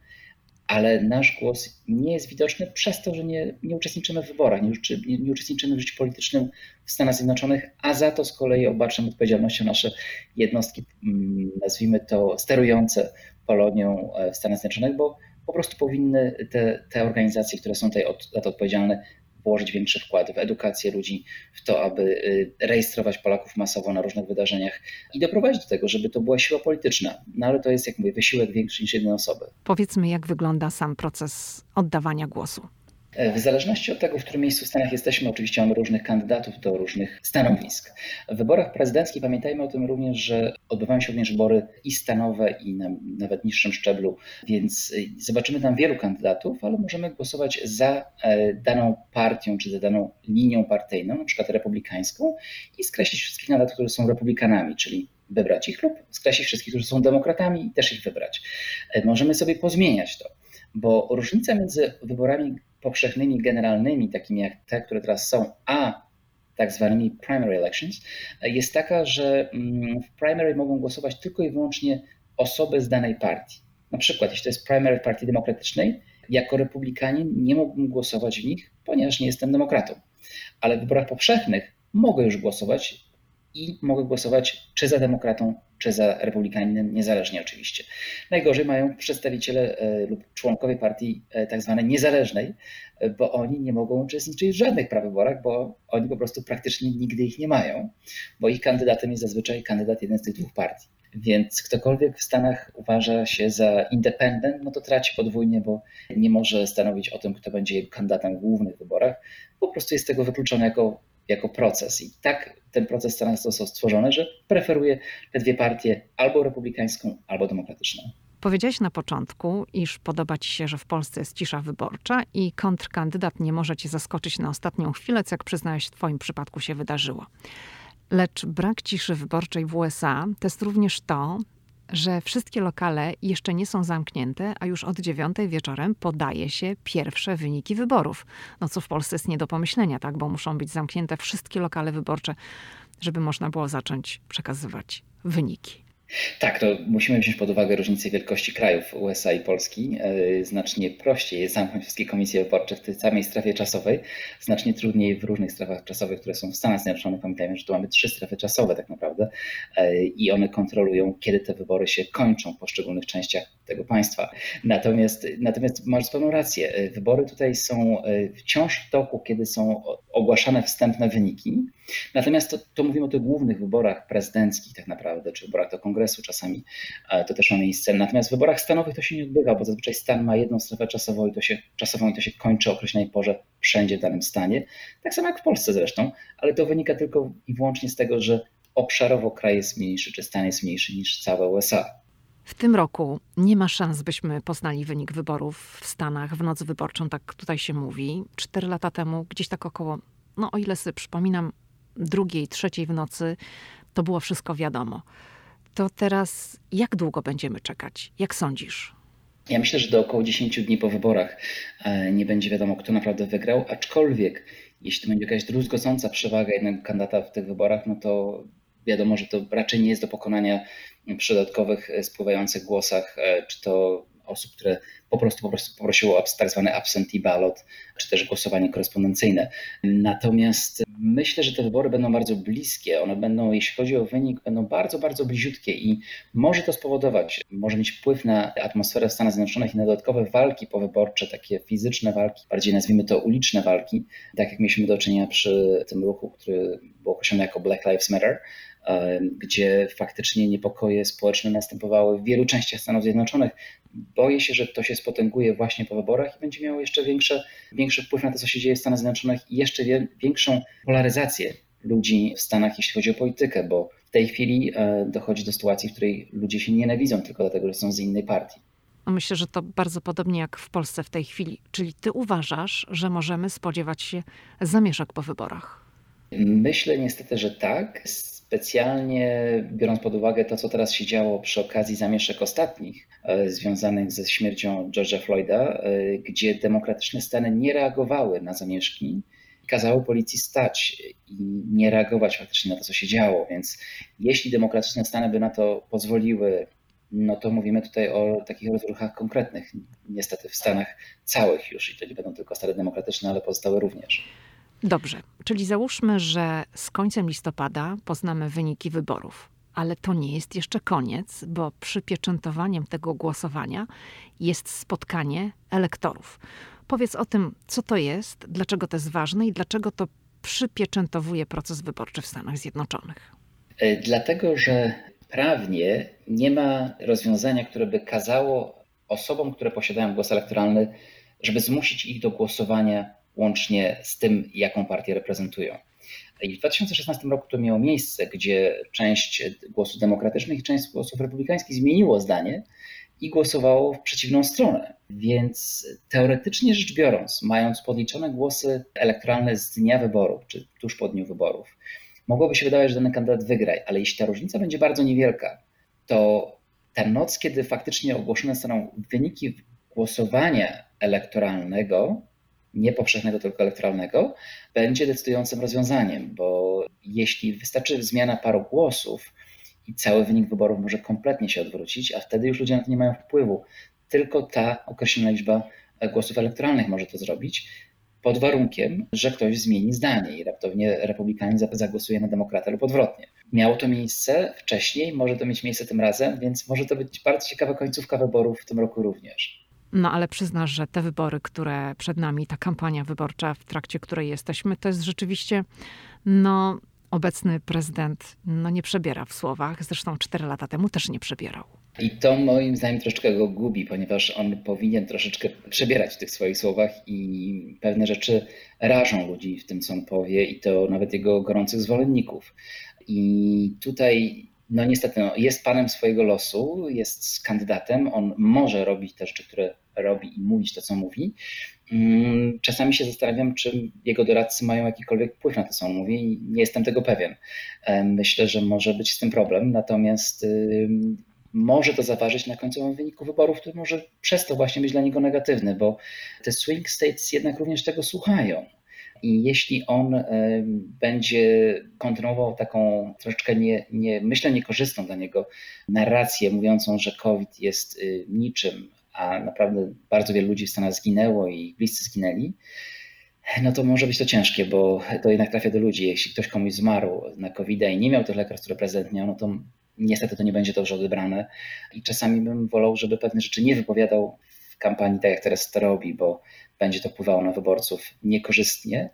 Speaker 2: ale nasz głos nie jest widoczny przez to, że nie uczestniczymy w wyborach, nie uczestniczymy w życiu politycznym w Stanach Zjednoczonych, a za to z kolei obarczam odpowiedzialnością nasze jednostki, nazwijmy to sterujące Polonią w Stanach Zjednoczonych, bo po prostu powinny te organizacje, które są tutaj za to odpowiedzialne, włożyć większy wkład w edukację ludzi, w to, aby rejestrować Polaków masowo na różnych wydarzeniach i doprowadzić do tego, żeby to była siła polityczna. No ale to jest, jak mówię, wysiłek większy niż jednej osoby.
Speaker 1: Powiedzmy, jak wygląda sam proces oddawania głosu.
Speaker 2: W zależności od tego, w którym miejscu w Stanach jesteśmy, oczywiście mamy różnych kandydatów do różnych stanowisk. W wyborach prezydenckich pamiętajmy o tym również, że odbywają się również wybory i stanowe, i na nawet niższym szczeblu, więc zobaczymy tam wielu kandydatów, ale możemy głosować za daną partią, czy za daną linią partyjną, na przykład republikańską i skreślić wszystkich kandydatów, którzy są republikanami, czyli wybrać ich lub skreślić wszystkich, którzy są demokratami i też ich wybrać. Możemy sobie pozmieniać to, bo różnica między wyborami powszechnymi, generalnymi, takimi jak te, które teraz są, a tak zwanymi primary elections, jest taka, że w primary mogą głosować tylko i wyłącznie osoby z danej partii. Na przykład, jeśli to jest primary Partii Demokratycznej, jako republikanin nie mógłbym głosować w nich, ponieważ nie jestem demokratą. Ale w wyborach powszechnych mogę już głosować i mogę głosować czy za demokratą, czy za republikaninem, niezależnie oczywiście. Najgorzej mają przedstawiciele lub członkowie partii tak zwanej niezależnej, bo oni nie mogą uczestniczyć w żadnych prawyborach, bo oni po prostu praktycznie nigdy ich nie mają, bo ich kandydatem jest zazwyczaj kandydat jeden z tych dwóch partii. Więc ktokolwiek w Stanach uważa się za independent, no to traci podwójnie, bo nie może stanowić o tym, kto będzie jego kandydatem w głównych wyborach. Po prostu jest z tego wykluczony jako proces. I tak ten proces w Stanach został stworzony, że preferuje te dwie partie, albo republikańską, albo demokratyczną.
Speaker 1: Powiedziałeś na początku, iż podoba ci się, że w Polsce jest cisza wyborcza i kontrkandydat nie może cię zaskoczyć na ostatnią chwilę, co jak przyznałeś w twoim przypadku się wydarzyło. Lecz brak ciszy wyborczej w USA to jest również to, że wszystkie lokale jeszcze nie są zamknięte, a już od 9:00 wieczorem podaje się pierwsze wyniki wyborów. No co w Polsce jest nie do pomyślenia, tak? Bo muszą być zamknięte wszystkie lokale wyborcze, żeby można było zacząć przekazywać wyniki.
Speaker 2: Tak, to musimy wziąć pod uwagę różnicę wielkości krajów USA i Polski. Znacznie prościej jest zamknąć wszystkie komisje wyborcze w tej samej strefie czasowej, znacznie trudniej w różnych strefach czasowych, które są w Stanach Zjednoczonych. Pamiętajmy, że tu mamy 3 strefy czasowe tak naprawdę i one kontrolują, kiedy te wybory się kończą w poszczególnych częściach tego państwa. Natomiast masz zupełną rację. Wybory tutaj są wciąż w toku, kiedy są ogłaszane wstępne wyniki. Natomiast to mówimy o tych głównych wyborach prezydenckich tak naprawdę, czy wyborach do kongresu czasami, to też ma miejsce. Natomiast w wyborach stanowych to się nie odbywa, bo zazwyczaj stan ma jedną strefę czasową i to się kończy o określonej porze wszędzie w danym stanie. Tak samo jak w Polsce zresztą, ale to wynika tylko i wyłącznie z tego, że obszarowo kraj jest mniejszy, czy stan jest mniejszy niż całe USA.
Speaker 1: W tym roku nie ma szans, byśmy poznali wynik wyborów w Stanach w noc wyborczą, tak tutaj się mówi. 4 lata temu, gdzieś tak około, o ile sobie przypominam, 2, 3 w nocy, to było wszystko wiadomo. To teraz jak długo będziemy czekać? Jak sądzisz?
Speaker 2: Ja myślę, że do około 10 dni po wyborach nie będzie wiadomo, kto naprawdę wygrał, aczkolwiek jeśli to będzie jakaś druzgocąca przewaga jednego kandydata w tych wyborach, no to wiadomo, że to raczej nie jest do pokonania przy dodatkowych spływających głosach, czy to osób, które po prostu poprosiło o tak zwany absentee ballot, czy też głosowanie korespondencyjne. Natomiast myślę, że te wybory będą bardzo bliskie. One będą, jeśli chodzi o wynik, będą bardzo, bardzo bliziutkie i może to spowodować, może mieć wpływ na atmosferę w Stanach Zjednoczonych i na dodatkowe walki powyborcze, takie fizyczne walki, bardziej nazwijmy to uliczne walki, tak jak mieliśmy do czynienia przy tym ruchu, który był określony jako Black Lives Matter, gdzie faktycznie niepokoje społeczne następowały w wielu częściach Stanów Zjednoczonych. Boję się, że to się spotęguje właśnie po wyborach i będzie miało jeszcze większy wpływ na to, co się dzieje w Stanach Zjednoczonych i jeszcze większą polaryzację ludzi w Stanach, jeśli chodzi o politykę, bo w tej chwili dochodzi do sytuacji, w której ludzie się nienawidzą tylko dlatego, że są z innej partii.
Speaker 1: Myślę, że to bardzo podobnie jak w Polsce w tej chwili. Czyli ty uważasz, że możemy spodziewać się zamieszek po wyborach?
Speaker 2: Myślę niestety, że tak. Specjalnie biorąc pod uwagę to, co teraz się działo przy okazji zamieszek ostatnich związanych ze śmiercią George'a Floyda, gdzie demokratyczne stany nie reagowały na zamieszki, kazały policji stać i nie reagować faktycznie na to, co się działo. Więc jeśli demokratyczne stany by na to pozwoliły, no to mówimy tutaj o takich rozruchach konkretnych, niestety w Stanach całych już, i to nie będą tylko stany demokratyczne, ale pozostałe również.
Speaker 1: Dobrze, czyli załóżmy, że z końcem listopada poznamy wyniki wyborów. Ale to nie jest jeszcze koniec, bo przypieczętowaniem tego głosowania jest spotkanie elektorów. Powiedz o tym, co to jest, dlaczego to jest ważne i dlaczego to przypieczętowuje proces wyborczy w Stanach Zjednoczonych.
Speaker 2: Dlatego, że prawnie nie ma rozwiązania, które by kazało osobom, które posiadają głos elektoralny, żeby zmusić ich do głosowania łącznie z tym, jaką partię reprezentują. I w 2016 roku to miało miejsce, gdzie część głosów demokratycznych i część głosów republikańskich zmieniło zdanie i głosowało w przeciwną stronę. Więc teoretycznie rzecz biorąc, mając podliczone głosy elektoralne z dnia wyborów, czy tuż po dniu wyborów, mogłoby się wydawać, że dany kandydat wygra, ale jeśli ta różnica będzie bardzo niewielka, to ta noc, kiedy faktycznie ogłoszone zostaną wyniki głosowania elektoralnego, nie powszechnego, tylko elektoralnego, będzie decydującym rozwiązaniem, bo jeśli wystarczy zmiana paru głosów i cały wynik wyborów może kompletnie się odwrócić, a wtedy już ludzie na to nie mają wpływu. Tylko ta określona liczba głosów elektoralnych może to zrobić, pod warunkiem, że ktoś zmieni zdanie i raptownie republikanin zagłosuje na demokratę lub odwrotnie. Miało to miejsce wcześniej, może to mieć miejsce tym razem, więc może to być bardzo ciekawa końcówka wyborów w tym roku również.
Speaker 1: No ale przyznasz, że te wybory, które przed nami, ta kampania wyborcza, w trakcie której jesteśmy, to jest rzeczywiście, obecny prezydent nie przebiera w słowach. Zresztą 4 lata temu też nie przebierał.
Speaker 2: I to moim zdaniem troszeczkę go gubi, ponieważ on powinien troszeczkę przebierać w tych swoich słowach i pewne rzeczy rażą ludzi w tym, co on powie i to nawet jego gorących zwolenników. I tutaj niestety jest panem swojego losu, jest kandydatem, on może robić te rzeczy, które robi i mówić to, co mówi. Czasami się zastanawiam, czy jego doradcy mają jakikolwiek wpływ na to, co on mówi i nie jestem tego pewien. Myślę, że może być z tym problem, natomiast może to zaważyć na końcowym wyniku wyborów, który może przez to właśnie być dla niego negatywny, bo te swing states jednak również tego słuchają. I jeśli on będzie kontynuował taką troszeczkę myślę niekorzystną dla niego narrację mówiącą, że COVID jest niczym, a naprawdę bardzo wielu ludzi w Stanach zginęło i bliscy zginęli, to może być to ciężkie, bo to jednak trafia do ludzi. Jeśli ktoś komuś zmarł na COVID i nie miał tych lekarstw, które prezydent miał, to niestety to nie będzie dobrze odebrane. I czasami bym wolał, żeby pewne rzeczy nie wypowiadał w kampanii, tak jak teraz to robi, bo będzie to wpływało na wyborców niekorzystnie,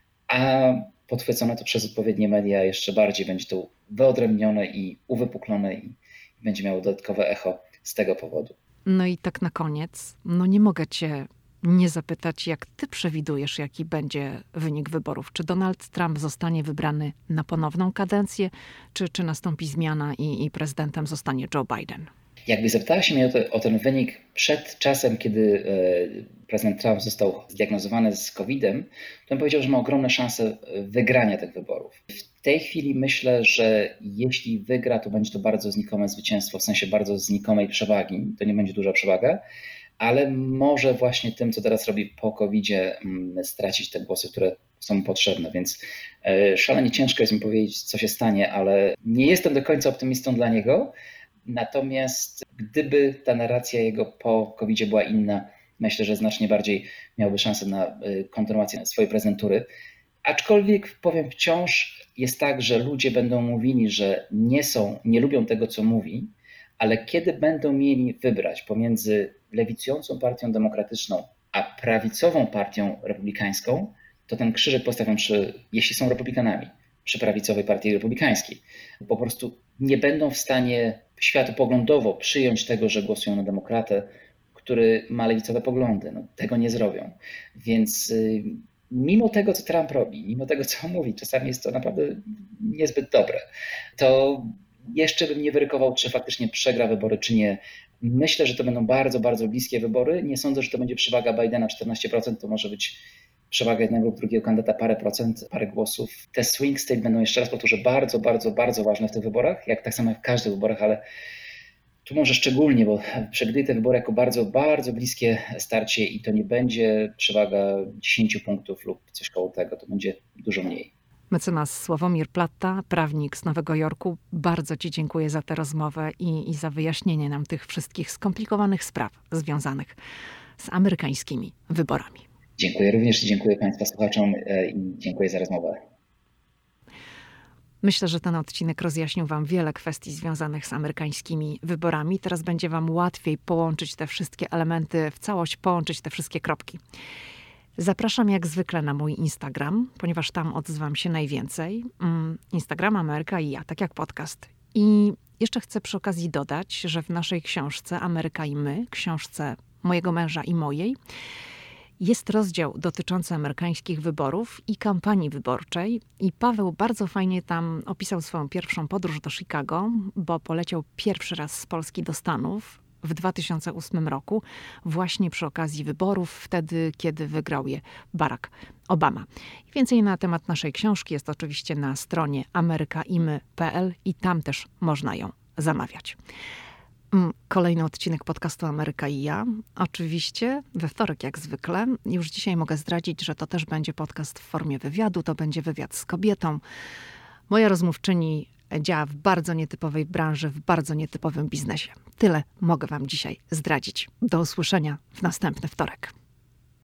Speaker 2: a podchwycone to przez odpowiednie media jeszcze bardziej będzie to wyodrębnione i uwypuklone i będzie miało dodatkowe echo z tego powodu.
Speaker 1: No i tak na koniec, nie mogę cię nie zapytać, jak ty przewidujesz, jaki będzie wynik wyborów. Czy Donald Trump zostanie wybrany na ponowną kadencję, czy nastąpi zmiana i prezydentem zostanie Joe Biden?
Speaker 2: Jakby zapytała się mnie o ten wynik przed czasem, kiedy prezydent Trump został zdiagnozowany z COVID-em, to bym powiedział, że ma ogromne szanse wygrania tych wyborów. W tej chwili myślę, że jeśli wygra, to będzie to bardzo znikome zwycięstwo, w sensie bardzo znikomej przewagi. To nie będzie duża przewaga, ale może właśnie tym, co teraz robi po COVID-zie, stracić te głosy, które są mu potrzebne. Więc szalenie ciężko jest mi powiedzieć, co się stanie, ale nie jestem do końca optymistą dla niego. Natomiast gdyby ta narracja jego po COVID-zie była inna, myślę, że znacznie bardziej miałby szansę na kontynuację swojej prezydentury. Aczkolwiek powiem, wciąż jest tak, że ludzie będą mówili, że nie lubią tego, co mówi, ale kiedy będą mieli wybrać pomiędzy lewicującą partią demokratyczną a prawicową partią republikańską, to ten krzyżyk postawią jeśli są republikanami, przy prawicowej partii republikańskiej. Po prostu nie będą w stanie światopoglądowo przyjąć tego, że głosują na demokratę, który ma lewicowe poglądy. Tego nie zrobią. Więc mimo tego, co Trump robi, mimo tego, co mówi, czasami jest to naprawdę niezbyt dobre, to jeszcze bym nie wyrykował, czy faktycznie przegra wybory, czy nie. Myślę, że to będą bardzo, bardzo bliskie wybory. Nie sądzę, że to będzie przewaga Bidena 14%, to może być przewaga jednego lub drugiego kandydata parę procent, parę głosów. Te swing state będą, jeszcze raz powtórzę, bardzo, bardzo, bardzo ważne w tych wyborach, tak samo jak w każdych wyborach, ale tu może szczególnie, bo przewiduję te wybory jako bardzo, bardzo bliskie starcie i to nie będzie przewaga 10 punktów lub coś koło tego, to będzie dużo mniej.
Speaker 1: Mecenas Sławomir Platta, prawnik z Nowego Jorku, bardzo ci dziękuję za tę rozmowę i za wyjaśnienie nam tych wszystkich skomplikowanych spraw związanych z amerykańskimi wyborami.
Speaker 2: Dziękuję również i dziękuję Państwa słuchaczom i dziękuję za rozmowę.
Speaker 1: Myślę, że ten odcinek rozjaśnił Wam wiele kwestii związanych z amerykańskimi wyborami. Teraz będzie Wam łatwiej połączyć te wszystkie elementy w całość, połączyć te wszystkie kropki. Zapraszam jak zwykle na mój Instagram, ponieważ tam odzywam się najwięcej. Instagram Ameryka i ja, tak jak podcast. I jeszcze chcę przy okazji dodać, że w naszej książce Ameryka i my, książce mojego męża i mojej, jest rozdział dotyczący amerykańskich wyborów i kampanii wyborczej. I Paweł bardzo fajnie tam opisał swoją pierwszą podróż do Chicago, bo poleciał pierwszy raz z Polski do Stanów w 2008 roku, właśnie przy okazji wyborów, wtedy, kiedy wygrał je Barack Obama. Więcej na temat naszej książki jest oczywiście na stronie amerykaimy.pl i tam też można ją zamawiać. Kolejny odcinek podcastu Ameryka i ja. Oczywiście we wtorek jak zwykle. Już dzisiaj mogę zdradzić, że to też będzie podcast w formie wywiadu. To będzie wywiad z kobietą. Moja rozmówczyni działa w bardzo nietypowej branży, w bardzo nietypowym biznesie. Tyle mogę Wam dzisiaj zdradzić. Do usłyszenia w następny wtorek.